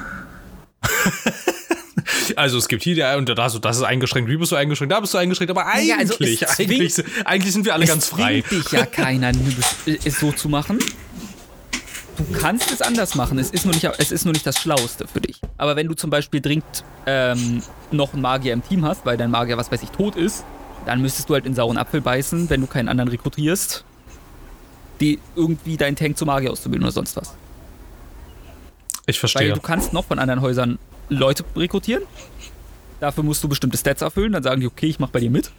Also es gibt hier, und das ist eingeschränkt, wie bist du eingeschränkt, da bist du eingeschränkt, aber eigentlich sind wir alle ganz frei. Es zwingt dich ja keiner, es so zu machen. Du kannst es anders machen, es ist nur nicht das Schlauste für dich. Aber wenn du zum Beispiel dringend noch einen Magier im Team hast, weil dein Magier, was weiß ich, tot ist, dann müsstest du halt in sauren Apfel beißen, wenn du keinen anderen rekrutierst, die irgendwie deinen Tank zum Magier auszubilden oder sonst was. Ich verstehe. Weil du kannst noch von anderen Häusern Leute rekrutieren. Dafür musst du bestimmte Stats erfüllen. Dann sagen die, okay, ich mach bei dir mit.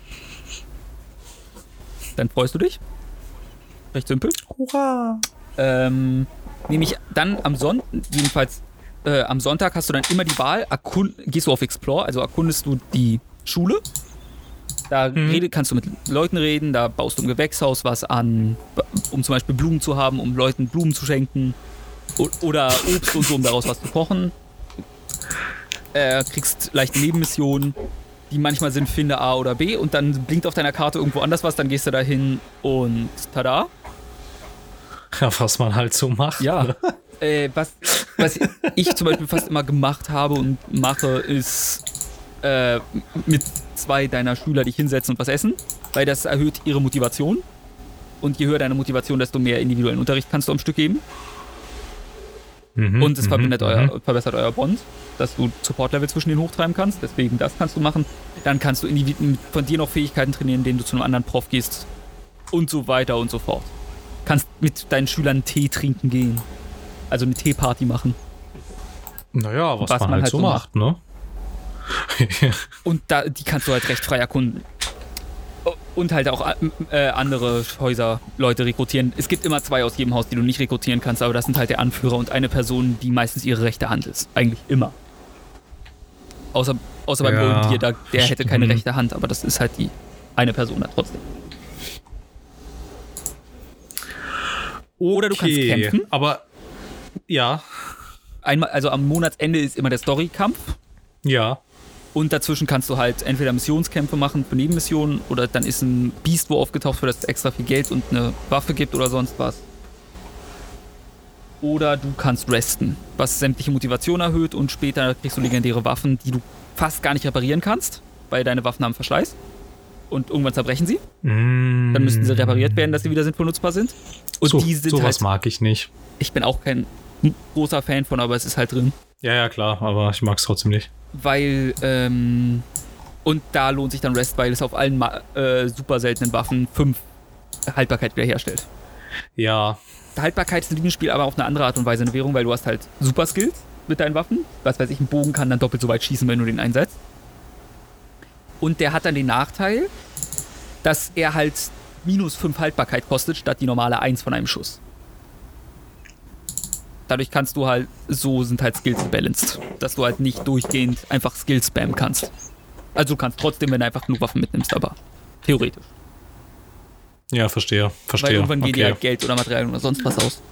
Dann freust du dich. Recht simpel. Hurra! Nämlich dann am Sonntag hast du dann immer die Wahl, gehst du auf Explore, also erkundest du die Schule. Da kannst du mit Leuten reden, da baust du im Gewächshaus was an, um zum Beispiel Blumen zu haben, um Leuten Blumen zu schenken. Oder Obst und so, um daraus was zu kochen. Kriegst leichte Nebenmissionen, die manchmal sind, finde A oder B, und dann blinkt auf deiner Karte irgendwo anders was, dann gehst du da hin und tada. Ja, was man halt so macht. Ja. Was ich zum Beispiel fast immer gemacht habe und mache, ist mit 2 deiner Schüler dich hinsetzen und was essen, weil das erhöht ihre Motivation. Und je höher deine Motivation, desto mehr individuellen Unterricht kannst du am Stück geben. Und es verbessert euer Bond, dass du Support-Level zwischen denen hochtreiben kannst. Deswegen, das kannst du machen. Dann kannst du von dir noch Fähigkeiten trainieren, indem du zu einem anderen Prof gehst. Und so weiter und so fort. Kannst mit deinen Schülern Tee trinken gehen. Also eine Teeparty machen. Naja, was man halt so macht, ne? Und die kannst du halt recht frei erkunden. Und halt auch andere Häuser Leute rekrutieren. Es gibt immer 2 aus jedem Haus, die du nicht rekrutieren kannst, aber das sind halt der Anführer und eine Person, die meistens ihre rechte Hand ist. Eigentlich immer. Außer beim Golden, der hätte keine rechte Hand, aber das ist halt die eine Person da trotzdem. Oder du kannst kämpfen. Aber, ja. Also am Monatsende ist immer der Story-Kampf. Ja. Und dazwischen kannst du halt entweder Missionskämpfe machen für Nebenmissionen oder dann ist ein Biest wo aufgetaucht, für das es extra viel Geld und eine Waffe gibt oder sonst was. Oder du kannst resten, was sämtliche Motivation erhöht und später kriegst du legendäre Waffen, die du fast gar nicht reparieren kannst, weil deine Waffen haben Verschleiß. Und irgendwann zerbrechen sie. Dann müssten sie repariert werden, dass sie wieder sinnvoll nutzbar sind. Und die sind sowas halt, mag ich nicht. Ich bin auch kein großer Fan von, aber es ist halt drin. Ja, klar, aber ich mag es trotzdem nicht. Weil, und da lohnt sich dann Rest, weil es auf allen super seltenen Waffen 5 Haltbarkeit wiederherstellt. Ja. Haltbarkeit ist in diesem Spiel aber auf eine andere Art und Weise eine Währung, weil du hast halt Super Skills mit deinen Waffen. Was weiß ich, ein Bogen kann dann doppelt so weit schießen, wenn du den einsetzt. Und der hat dann den Nachteil, dass er halt -5 Haltbarkeit kostet, statt die normale 1 von einem Schuss. Dadurch kannst du halt, so sind halt Skills balanced, dass du halt nicht durchgehend einfach Skills spammen kannst. Also du kannst trotzdem, wenn du einfach genug Waffen mitnimmst, aber theoretisch. Ja, verstehe. Weil irgendwann geht dir halt Geld oder Materialien oder sonst was aus.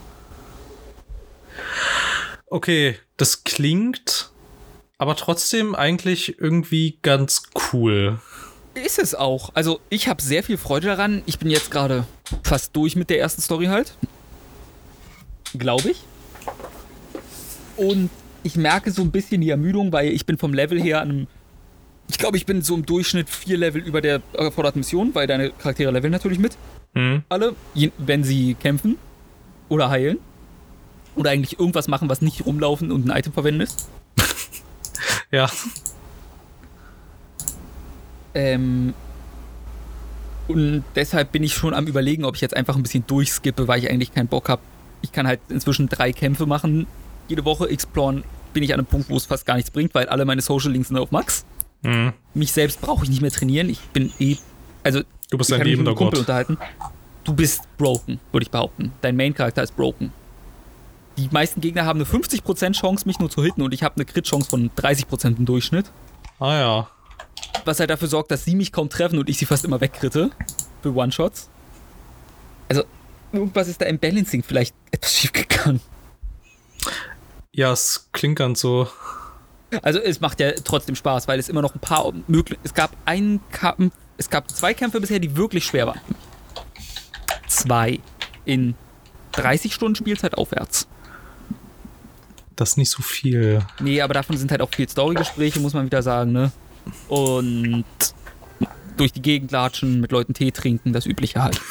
Okay, das klingt aber trotzdem eigentlich irgendwie ganz cool. Ist es auch. Also ich habe sehr viel Freude daran. Ich bin jetzt gerade fast durch mit der ersten Story halt. Glaube ich. Und ich merke so ein bisschen die Ermüdung, weil ich bin vom Level her ich glaube, ich bin so im Durchschnitt 4 Level über der erforderten Mission, weil deine Charaktere leveln natürlich mit. Alle, wenn sie kämpfen oder heilen. Oder eigentlich irgendwas machen, was nicht rumlaufen und ein Item verwenden ist. Ja. Und deshalb bin ich schon am Überlegen, ob ich jetzt einfach ein bisschen durchskippe, weil ich eigentlich keinen Bock habe. Ich kann halt inzwischen 3 Kämpfe machen. Jede Woche exploren bin ich an einem Punkt, wo es fast gar nichts bringt, weil alle meine Social Links sind auf Max. Mhm. Mich selbst brauche ich nicht mehr trainieren. Ich bin also du bist ein lebender Gott. Unterhalten. Du bist broken, würde ich behaupten. Dein Main-Charakter ist broken. Die meisten Gegner haben eine 50% Chance, mich nur zu hitten und ich habe eine Crit-Chance von 30% im Durchschnitt. Ah ja. Was halt dafür sorgt, dass sie mich kaum treffen und ich sie fast immer wegkritte für One-Shots. Also, irgendwas ist da im Balancing vielleicht etwas schief gegangen. Ja, es klingt ganz so. Also, es macht ja trotzdem Spaß, weil es immer noch ein paar es gab 2 Kämpfe bisher, die wirklich schwer waren. 2 in 30 Stunden Spielzeit aufwärts. Das ist nicht so viel. Nee, aber davon sind halt auch viel Storygespräche, muss man wieder sagen, ne? Und durch die Gegend latschen, mit Leuten Tee trinken, das Übliche halt.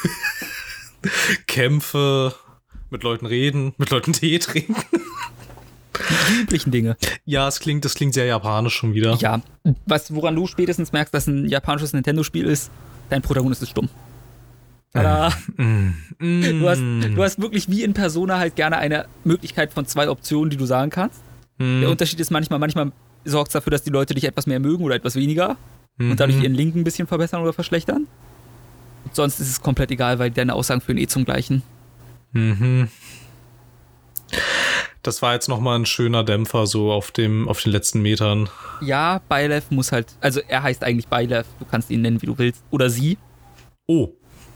Kämpfe, mit Leuten reden, mit Leuten Tee trinken. Die üblichen Dinge. Ja, das klingt sehr japanisch schon wieder. Ja, woran du spätestens merkst, dass ein japanisches Nintendo-Spiel ist, dein Protagonist ist stumm. Tada! Du hast wirklich wie in Persona halt gerne eine Möglichkeit von 2 Optionen, die du sagen kannst. Der Unterschied ist manchmal sorgt es dafür, dass die Leute dich etwas mehr mögen oder etwas weniger und dadurch ihren Link ein bisschen verbessern oder verschlechtern. Und sonst ist es komplett egal, weil deine Aussagen führen zum Gleichen. Das war jetzt nochmal ein schöner Dämpfer so auf den letzten Metern. Ja, Byleth muss halt, also er heißt eigentlich Byleth, du kannst ihn nennen, wie du willst. Oder sie. Oh.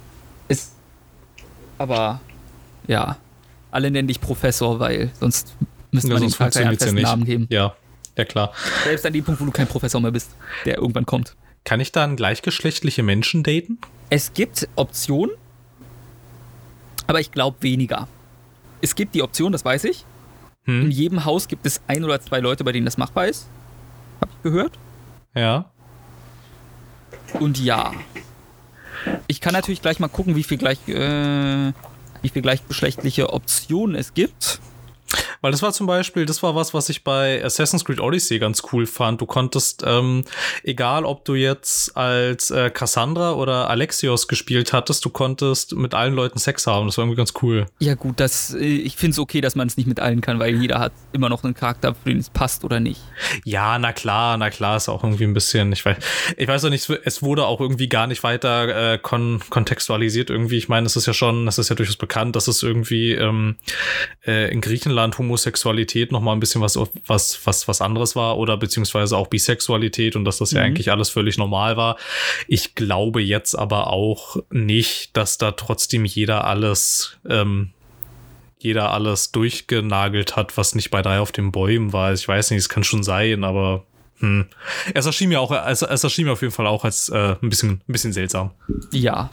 Aber ja, alle nennen dich Professor, weil sonst müsste man den Charakter einen festen Namen geben. Ja, klar. Selbst an dem Punkt, wo du kein Professor mehr bist, der irgendwann kommt. Kann ich dann gleichgeschlechtliche Menschen daten? Es gibt Optionen, aber ich glaube weniger. Es gibt die Option, das weiß ich. In jedem Haus gibt es 1 oder 2 Leute, bei denen das machbar ist. Hab ich gehört. Ja. Und ja. Ich kann natürlich gleich mal gucken, wie viel gleichgeschlechtliche Optionen es gibt. Weil das war was ich bei Assassin's Creed Odyssey ganz cool fand. Du konntest, egal ob du jetzt als Cassandra oder Alexios gespielt hattest, du konntest mit allen Leuten Sex haben. Das war irgendwie ganz cool. Ja gut, ich finde es okay, dass man es nicht mit allen kann, weil jeder hat immer noch einen Charakter, für den es passt oder nicht. Ja, na klar, ist auch irgendwie ein bisschen, ich weiß auch nicht, es wurde auch irgendwie gar nicht weiter kontextualisiert irgendwie. Ich meine, es ist ja durchaus bekannt, dass es irgendwie in Griechenland Homosexualität noch mal ein bisschen was anderes war oder beziehungsweise auch Bisexualität und dass das ja eigentlich alles völlig normal war. Ich glaube jetzt aber auch nicht, dass da trotzdem jeder alles durchgenagelt hat, was nicht bei 3 auf den Bäumen war. Ich weiß nicht, es kann schon sein, aber es erschien mir auf jeden Fall auch als ein bisschen seltsam. Ja.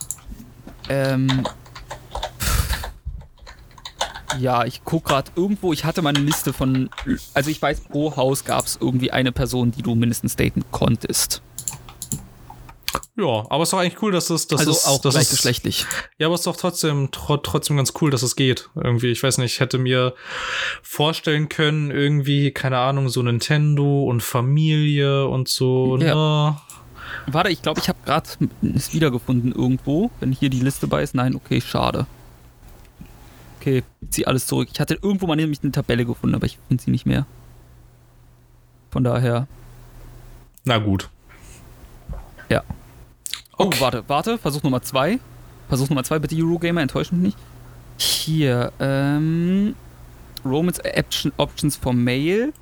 Ja, ich gucke gerade irgendwo, ich hatte mal eine Liste von, also ich weiß, pro Haus gab es irgendwie eine Person, die du mindestens daten konntest. Ja, aber es ist doch eigentlich cool, dass es auch gleichgeschlechtlich. Ja, aber es ist doch trotzdem ganz cool, dass es geht. Irgendwie, ich weiß nicht, ich hätte mir vorstellen können, irgendwie, keine Ahnung, so Nintendo und Familie und so. Ja. Warte, ich glaube, ich habe gerade es wiedergefunden irgendwo. Wenn hier die Liste bei ist, nein, okay, schade. Okay, ich ziehe alles zurück. Ich hatte irgendwo mal nämlich eine Tabelle gefunden, aber ich finde sie nicht mehr. Von daher. Na gut. Ja. Okay. Oh, warte. Versuch Nummer 2. Bitte, Eurogamer, enttäusch mich nicht. Hier, Romance Options for Male.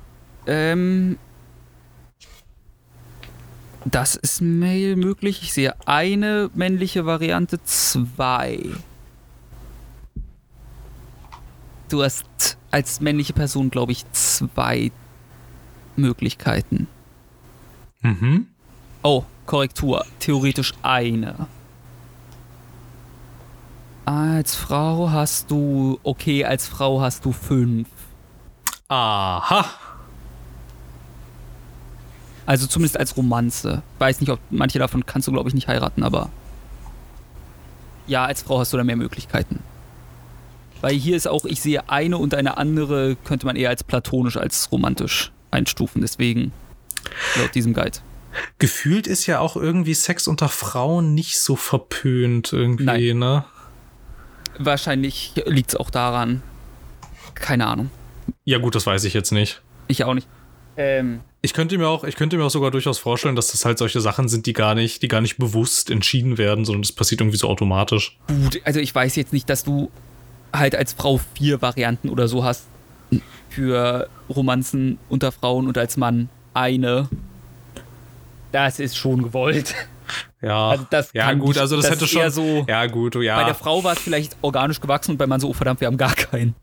Das ist Male möglich. Ich sehe eine männliche Variante, 2. Du hast als männliche Person, glaube ich, 2 Möglichkeiten. Oh, Korrektur. Theoretisch eine. Als Frau hast du 5. Aha. Also zumindest als Romanze. Weiß nicht, ob manche davon kannst du, glaube ich, nicht heiraten, aber ja, als Frau hast du da mehr Möglichkeiten. Weil hier ist auch, ich sehe eine und eine andere könnte man eher als platonisch als romantisch einstufen, deswegen laut diesem Guide. Gefühlt ist ja auch irgendwie Sex unter Frauen nicht so verpönt irgendwie, ne? Wahrscheinlich liegt es auch daran. Keine Ahnung. Ja gut, das weiß ich jetzt nicht. Ich auch nicht. Ich könnte mir auch sogar durchaus vorstellen, dass das halt solche Sachen sind, die gar nicht bewusst entschieden werden, sondern das passiert irgendwie so automatisch. Gut, also ich weiß jetzt nicht, dass du halt als Frau 4 Varianten oder so hast für Romanzen unter Frauen und als Mann eine. Das ist schon gewollt. Ja, Also das ja kann gut, nicht, also das hätte schon so. Ja gut, ja. Bei der Frau war es vielleicht organisch gewachsen und beim Mann so, oh verdammt, wir haben gar keinen.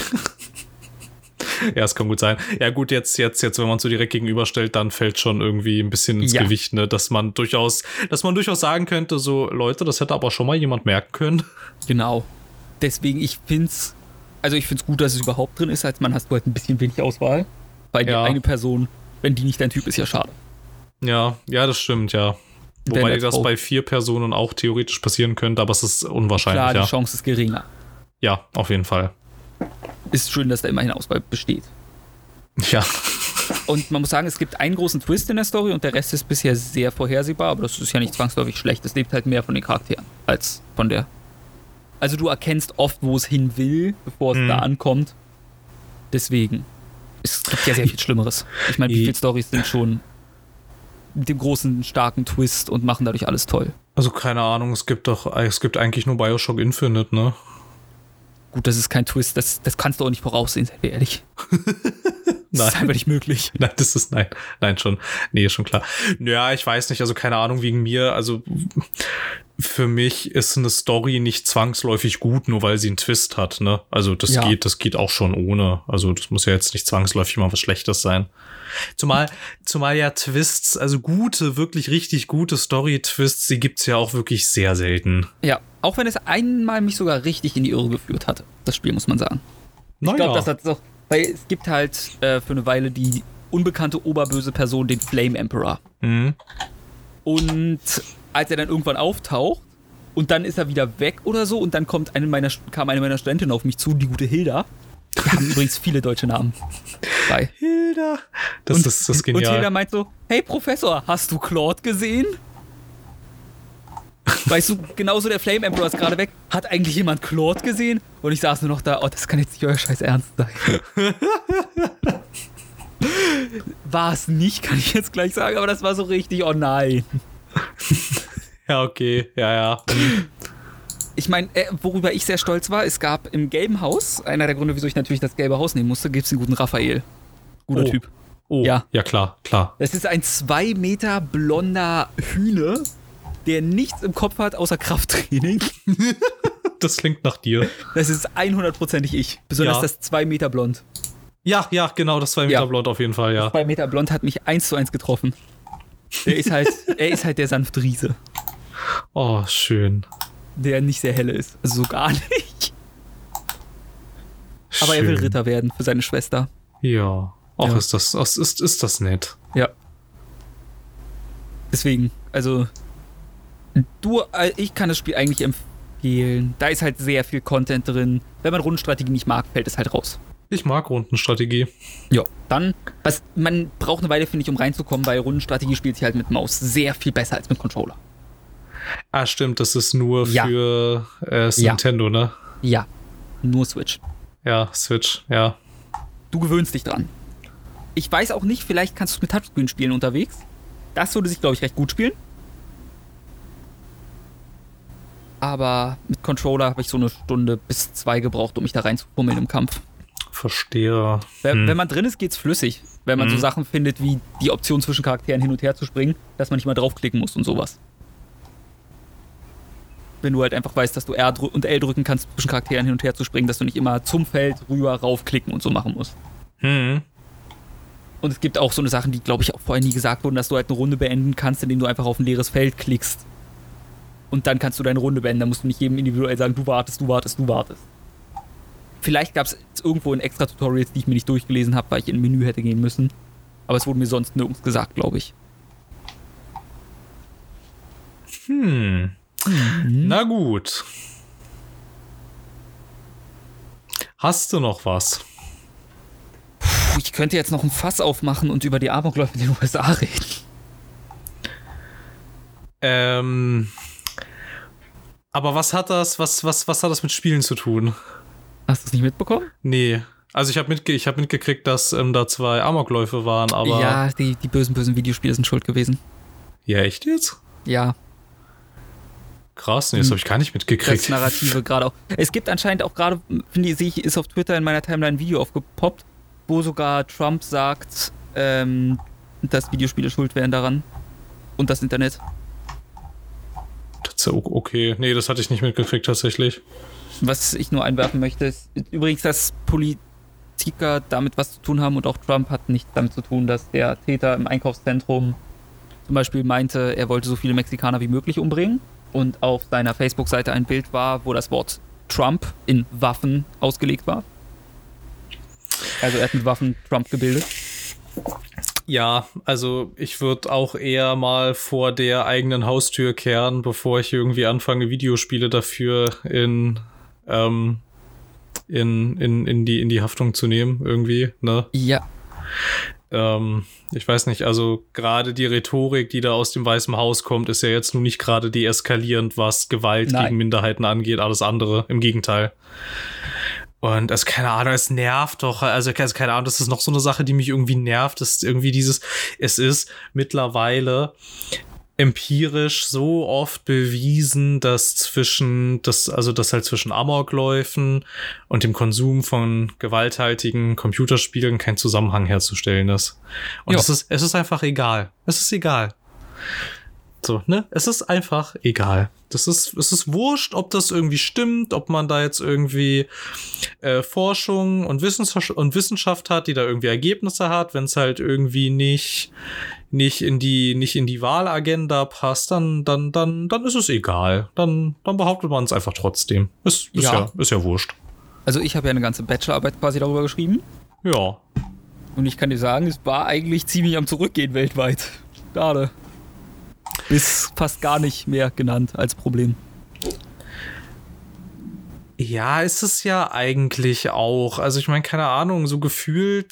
Ja, es kann gut sein. Ja gut, jetzt, wenn man so direkt gegenüberstellt, dann fällt schon irgendwie ein bisschen ins Gewicht, ne, dass man durchaus sagen könnte, so, Leute, das hätte aber schon mal jemand merken können. Genau. Deswegen, ich find's gut, dass es überhaupt drin ist. Als Mann hast du halt ein bisschen wenig Auswahl. Weil die eine Person, wenn die nicht dein Typ ist, ja schade. Ja, das stimmt, ja. Wobei das Frau. bei 4 Personen auch theoretisch passieren könnte, aber es ist unwahrscheinlich, Klar, ja. die Chance ist geringer. Ja, auf jeden Fall. Ist schön, dass da immerhin Auswahl besteht. Ja. Und man muss sagen, es gibt einen großen Twist in der Story und der Rest ist bisher sehr vorhersehbar, aber das ist ja nicht zwangsläufig schlecht. Es lebt halt mehr von den Charakteren als von der. Also du erkennst oft, wo es hin will, bevor es da ankommt. Deswegen. Es gibt ja sehr viel Schlimmeres. Ich meine, wie viele Storys sind schon mit dem großen, starken Twist und machen dadurch alles toll. Also keine Ahnung, es gibt eigentlich nur Bioshock Infinite, ne? Gut, das ist kein Twist, das kannst du auch nicht voraussehen, seien wir ehrlich. Das ist einfach nicht möglich. Nein, schon. Nee, ist schon klar. Ja, ich weiß nicht, also keine Ahnung, wegen mir, also für mich ist eine Story nicht zwangsläufig gut, nur weil sie einen Twist hat, ne? Also das geht auch schon ohne. Also das muss ja jetzt nicht zwangsläufig mal was Schlechtes sein. Zumal ja Twists, also wirklich richtig gute Story-Twists, die gibt's ja auch wirklich sehr selten. Ja, auch wenn es einmal mich sogar richtig in die Irre geführt hatte, das Spiel, muss man sagen. Ich glaube, das hat auch, weil es gibt halt für eine Weile die unbekannte oberböse Person, den Flame Emperor. Mhm. Und als er dann irgendwann auftaucht und dann ist er wieder weg oder so und dann kam eine meiner Studentinnen auf mich zu, die gute Hilda. Die haben übrigens viele deutsche Namen bei. Hilda. Das ist genial. Und Hilda meint so, hey Professor, hast du Claude gesehen? Weißt du, genauso der Flame Emperor ist gerade weg. Hat eigentlich jemand Claude gesehen? Und ich saß nur noch da, das kann jetzt nicht euer scheiß Ernst sein. War es nicht, kann ich jetzt gleich sagen, aber das war so richtig, oh nein. Ja, okay, ja. Ich meine, worüber ich sehr stolz war, es gab im Gelben Haus, einer der Gründe, wieso ich natürlich das Gelbe Haus nehmen musste, gibt es einen guten Raphael. Guter Typ. Oh, ja, klar. Das ist ein 2 Meter blonder Hühne, der nichts im Kopf hat außer Krafttraining. Das klingt nach dir. Das ist 100%ig ich. Besonders das 2 Meter blond. Ja, genau, das 2 Meter blond auf jeden Fall, ja. Das 2 Meter blond hat mich 1:1 getroffen. Er ist halt der sanfte Riese. Oh, schön. Der nicht sehr helle ist. Also so gar nicht. Aber er will Ritter werden für seine Schwester. Ja. Ach, ist das nett. Ja. Deswegen, also ich kann das Spiel eigentlich empfehlen. Da ist halt sehr viel Content drin. Wenn man Rundenstrategie nicht mag, fällt es halt raus. Ich mag Rundenstrategie. Ja, dann, man braucht eine Weile, finde ich, um reinzukommen, weil Rundenstrategie spielt sich halt mit Maus sehr viel besser als mit Controller. Ah, stimmt, das ist nur für Nintendo, ne? Ja, nur Switch. Ja, Switch, ja. Du gewöhnst dich dran. Ich weiß auch nicht, vielleicht kannst du mit Touchscreen spielen unterwegs. Das würde sich, glaube ich, recht gut spielen. Aber mit Controller habe ich so 1 Stunde bis 2 gebraucht, um mich da reinzufummeln im Kampf. Verstehe. Wenn man drin ist, geht's flüssig. Wenn man so Sachen findet, wie die Option zwischen Charakteren hin und her zu springen, dass man nicht mal draufklicken muss und sowas. Wenn du halt einfach weißt, dass du R und L drücken kannst, zwischen Charakteren hin und her zu springen, dass du nicht immer zum Feld rüber raufklicken und so machen musst. Und es gibt auch so eine Sachen, die, glaube ich, auch vorher nie gesagt wurden, dass du halt eine Runde beenden kannst, indem du einfach auf ein leeres Feld klickst. Und dann kannst du deine Runde beenden. Da musst du nicht jedem individuell sagen, du wartest. Vielleicht gab es irgendwo in extra Tutorials, die ich mir nicht durchgelesen habe, weil ich in ein Menü hätte gehen müssen. Aber es wurde mir sonst nirgends gesagt, glaube ich. Na gut. Hast du noch was? Ich könnte jetzt noch ein Fass aufmachen und über die Amokläufe in den USA reden. Aber was hat das mit Spielen zu tun? Hast du es nicht mitbekommen? Nee. Also ich hab mitgekriegt, dass da 2 Amokläufe waren, aber... Ja, die bösen Videospiele sind schuld gewesen. Ja, echt jetzt? Ja. Krass, nee, das habe ich gar nicht mitgekriegt. Das Narrative gerade auch. Es gibt anscheinend auch gerade, finde ich, ist auf Twitter in meiner Timeline ein Video aufgepoppt, wo sogar Trump sagt, dass Videospiele schuld wären daran. Und das Internet. Okay, nee, das hatte ich nicht mitgekriegt tatsächlich. Was ich nur einwerfen möchte, ist übrigens, dass Politiker damit was zu tun haben und auch Trump hat nichts damit zu tun, dass der Täter im Einkaufszentrum zum Beispiel meinte, er wollte so viele Mexikaner wie möglich umbringen und auf seiner Facebook-Seite ein Bild war, wo das Wort Trump in Waffen ausgelegt war. Also er hat mit Waffen Trump gebildet. Ja, also ich würde auch eher mal vor der eigenen Haustür kehren, bevor ich irgendwie anfange, Videospiele dafür in die Haftung zu nehmen, irgendwie, ne? Ja. Ich weiß nicht, also gerade die Rhetorik, die da aus dem Weißen Haus kommt, ist ja jetzt nun nicht gerade deeskalierend, was Gewalt gegen Minderheiten angeht, alles andere, im Gegenteil. Und also keine Ahnung, es nervt doch, also keine Ahnung, das ist noch so eine Sache, die mich irgendwie nervt, das ist irgendwie es ist mittlerweile empirisch so oft bewiesen, dass halt zwischen Amokläufen und dem Konsum von gewalthaltigen Computerspielen kein Zusammenhang herzustellen ist. Und es ist einfach egal. Es ist egal. So, ne? Es ist einfach egal. Es ist wurscht, ob das irgendwie stimmt, ob man da jetzt irgendwie Forschung und Wissenschaft hat, die da irgendwie Ergebnisse hat. Wenn es halt irgendwie nicht in die Wahlagenda passt, dann ist es egal. Dann behauptet man es einfach trotzdem. Ist ja wurscht. Also ich habe ja eine ganze Bachelorarbeit quasi darüber geschrieben. Ja. Und ich kann dir sagen, es war eigentlich ziemlich am Zurückgehen weltweit. Schade. Ist fast gar nicht mehr genannt als Problem. Ja, ist es ja eigentlich auch. Also ich meine, keine Ahnung, so gefühlt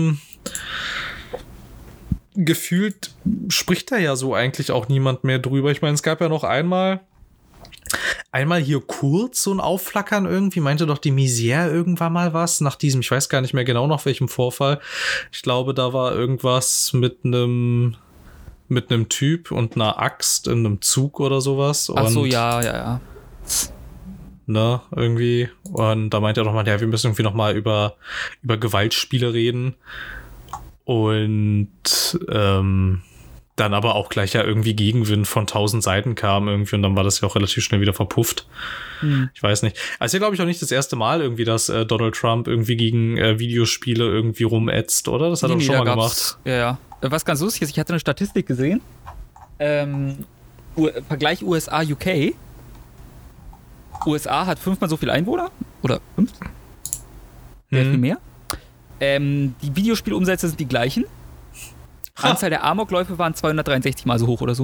spricht da ja so eigentlich auch niemand mehr drüber. Ich meine, es gab ja noch einmal hier kurz so ein Aufflackern irgendwie, meinte doch die Misère irgendwann mal was, nach diesem, ich weiß gar nicht mehr genau nach welchem Vorfall. Ich glaube, da war irgendwas mit einem Typ und einer Axt in einem Zug oder sowas. Ach so, ja. Ne, irgendwie. Und da meint er doch mal, ja, wir müssen irgendwie noch mal über Gewaltspiele reden. Und dann aber auch gleich ja irgendwie Gegenwind von 1000 Seiten kam irgendwie und dann war das ja auch relativ schnell wieder verpufft. Ich weiß nicht. Also ja, glaube ich, auch nicht das erste Mal irgendwie, dass Donald Trump irgendwie gegen Videospiele irgendwie rumätzt, oder? Das hat er schon mal gemacht. Ja. Was ganz lustig ist, ich hatte eine Statistik gesehen. Vergleich USA-UK. USA hat 5-mal so viele Einwohner. Oder 5? Sehr viel mehr. Die Videospielumsätze sind die gleichen. Anzahl der Amokläufe waren 263 Mal so hoch oder so.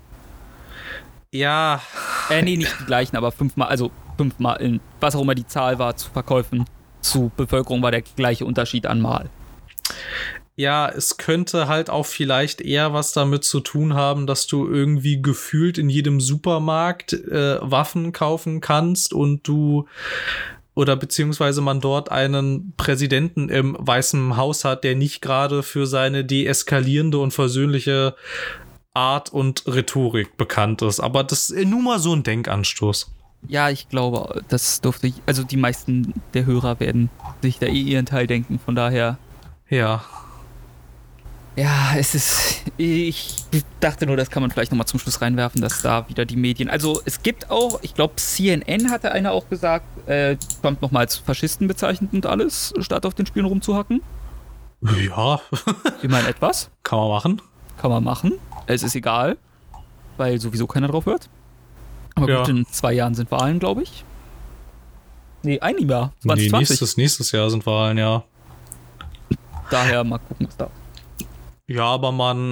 Ja. Nee, nicht die gleichen, aber 5-mal, also 5-mal, was auch immer die Zahl war, zu Verkäufen zu Bevölkerung war der gleiche Unterschied an Mal. Ja, es könnte halt auch vielleicht eher was damit zu tun haben, dass du irgendwie gefühlt in jedem Supermarkt Waffen kaufen kannst und beziehungsweise man dort einen Präsidenten im Weißen Haus hat, der nicht gerade für seine deeskalierende und versöhnliche Art und Rhetorik bekannt ist. Aber das ist nur mal so ein Denkanstoß. Ja, ich glaube, das durfte ich, also die meisten der Hörer werden sich da ihren Teil denken, von daher. Ja. Ja, ich dachte nur, das kann man vielleicht nochmal zum Schluss reinwerfen, dass da wieder die Medien, also es gibt auch, ich glaube CNN hatte einer auch gesagt, Trump nochmal als Faschisten bezeichnet und alles, statt auf den Spielen rumzuhacken. Ja. Ich meine, etwas. Kann man machen. Es ist egal, weil sowieso keiner drauf hört. Aber gut, in 2 Jahren sind Wahlen, glaube ich. Nee, ein Jahr. 2020. Nächstes Jahr sind Wahlen, ja. Daher mal gucken, was da. Ja, aber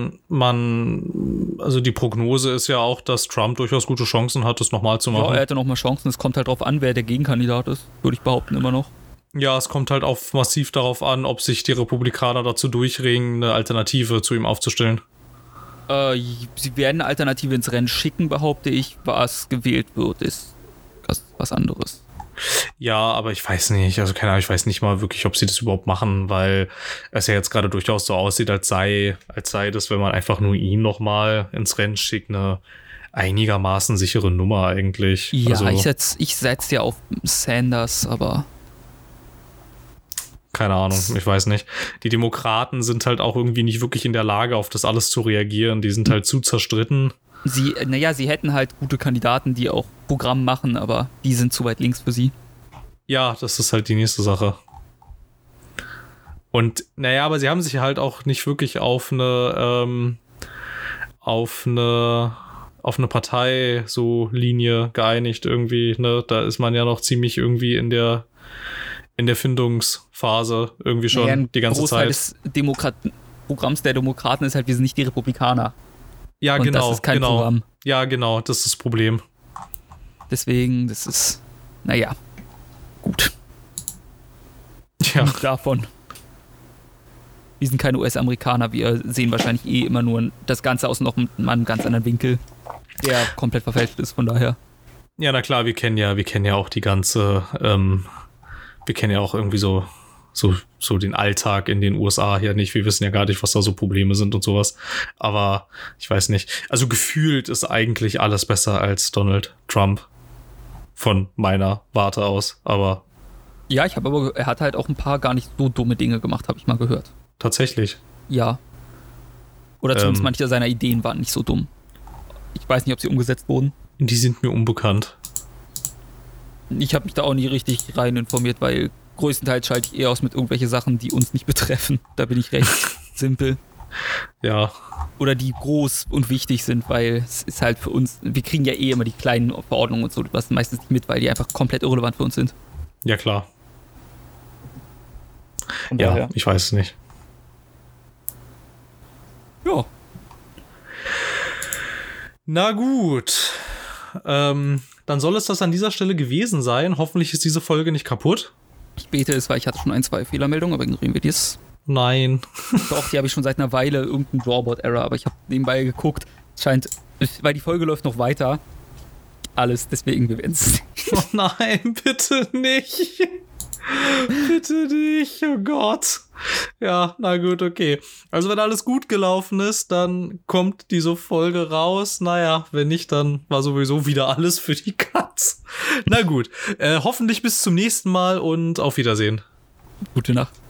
also die Prognose ist ja auch, dass Trump durchaus gute Chancen hat, das nochmal zu machen. Ja, er hätte nochmal Chancen. Es kommt halt drauf an, wer der Gegenkandidat ist, würde ich behaupten, immer noch. Ja, es kommt halt auch massiv darauf an, ob sich die Republikaner dazu durchringen, eine Alternative zu ihm aufzustellen. Sie werden eine Alternative ins Rennen schicken, behaupte ich. Was gewählt wird, ist was anderes. Ja, aber ich weiß nicht, also keine Ahnung, ich weiß nicht mal wirklich, ob sie das überhaupt machen, weil es ja jetzt gerade durchaus so aussieht, als sei das, wenn man einfach nur ihn nochmal ins Rennen schickt, eine einigermaßen sichere Nummer eigentlich. Ja, also, ich setz ja auf Sanders, aber keine Ahnung, ich weiß nicht. Die Demokraten sind halt auch irgendwie nicht wirklich in der Lage, auf das alles zu reagieren. Die sind halt zu zerstritten. sie hätten halt gute Kandidaten, die auch Programm machen, aber die sind zu weit links für sie. Ja, das ist halt die nächste Sache. Und naja, aber sie haben sich halt auch nicht wirklich auf eine Partei so Linie geeinigt irgendwie, ne? Da ist man ja noch ziemlich irgendwie in der Findungsphase irgendwie schon Naja, die ganze Großteil Zeit. des Programms der Demokraten ist halt, wir sind nicht die Republikaner. Ja, Und genau, das ist kein genau. Programm. Ja, genau, das ist das Problem. Deswegen, das ist, gut. Ja, Davon. Wir sind keine US-Amerikaner, wir sehen wahrscheinlich immer nur das Ganze aus noch einem ganz anderen Winkel, der komplett verfälscht ist, von daher. ja, na klar, wir kennen ja auch die ganze, wir kennen ja auch irgendwie so den Alltag in den USA hier nicht. Wir wissen ja gar nicht, was da so Probleme sind und sowas. Aber ich weiß nicht. Also gefühlt ist eigentlich alles besser als Donald Trump. Von meiner Warte aus. Aber Ja, er hat halt auch ein paar gar nicht so dumme Dinge gemacht, habe ich mal gehört. tatsächlich. Ja. Oder zumindest manche seiner Ideen waren nicht so dumm. Ich weiß nicht, ob sie umgesetzt wurden. Die sind mir unbekannt. Ich habe mich da auch nie richtig rein informiert, weil größtenteils schalte ich eher aus mit irgendwelche Sachen, die uns nicht betreffen. Da bin ich recht simpel. Ja. Oder die groß und wichtig sind, weil es ist halt für uns, wir kriegen ja eh immer die kleinen Verordnungen und so, was meistens nicht mit, weil die einfach komplett irrelevant für uns sind. Ja, klar. Von Ja, daher. ich weiß es nicht. Ja. Na gut. Dann soll es das an dieser Stelle gewesen sein. Hoffentlich ist diese Folge nicht kaputt. Ich bete es, weil ich hatte schon 1-2 Fehlermeldungen, aber ignorieren wir dies. Nein. Doch, die habe ich schon seit einer Weile, irgendein Drawboard-Error, aber ich habe nebenbei geguckt. Es scheint, weil die Folge läuft noch weiter. Alles, deswegen, wir werden es. Oh nein, bitte nicht. Bitte nicht, oh Gott. Ja, na gut, okay. Also wenn alles gut gelaufen ist, dann kommt diese Folge raus. Naja, wenn nicht, dann war sowieso wieder alles für die Katz. Na gut, hoffentlich bis zum nächsten Mal und auf Wiedersehen. Gute Nacht.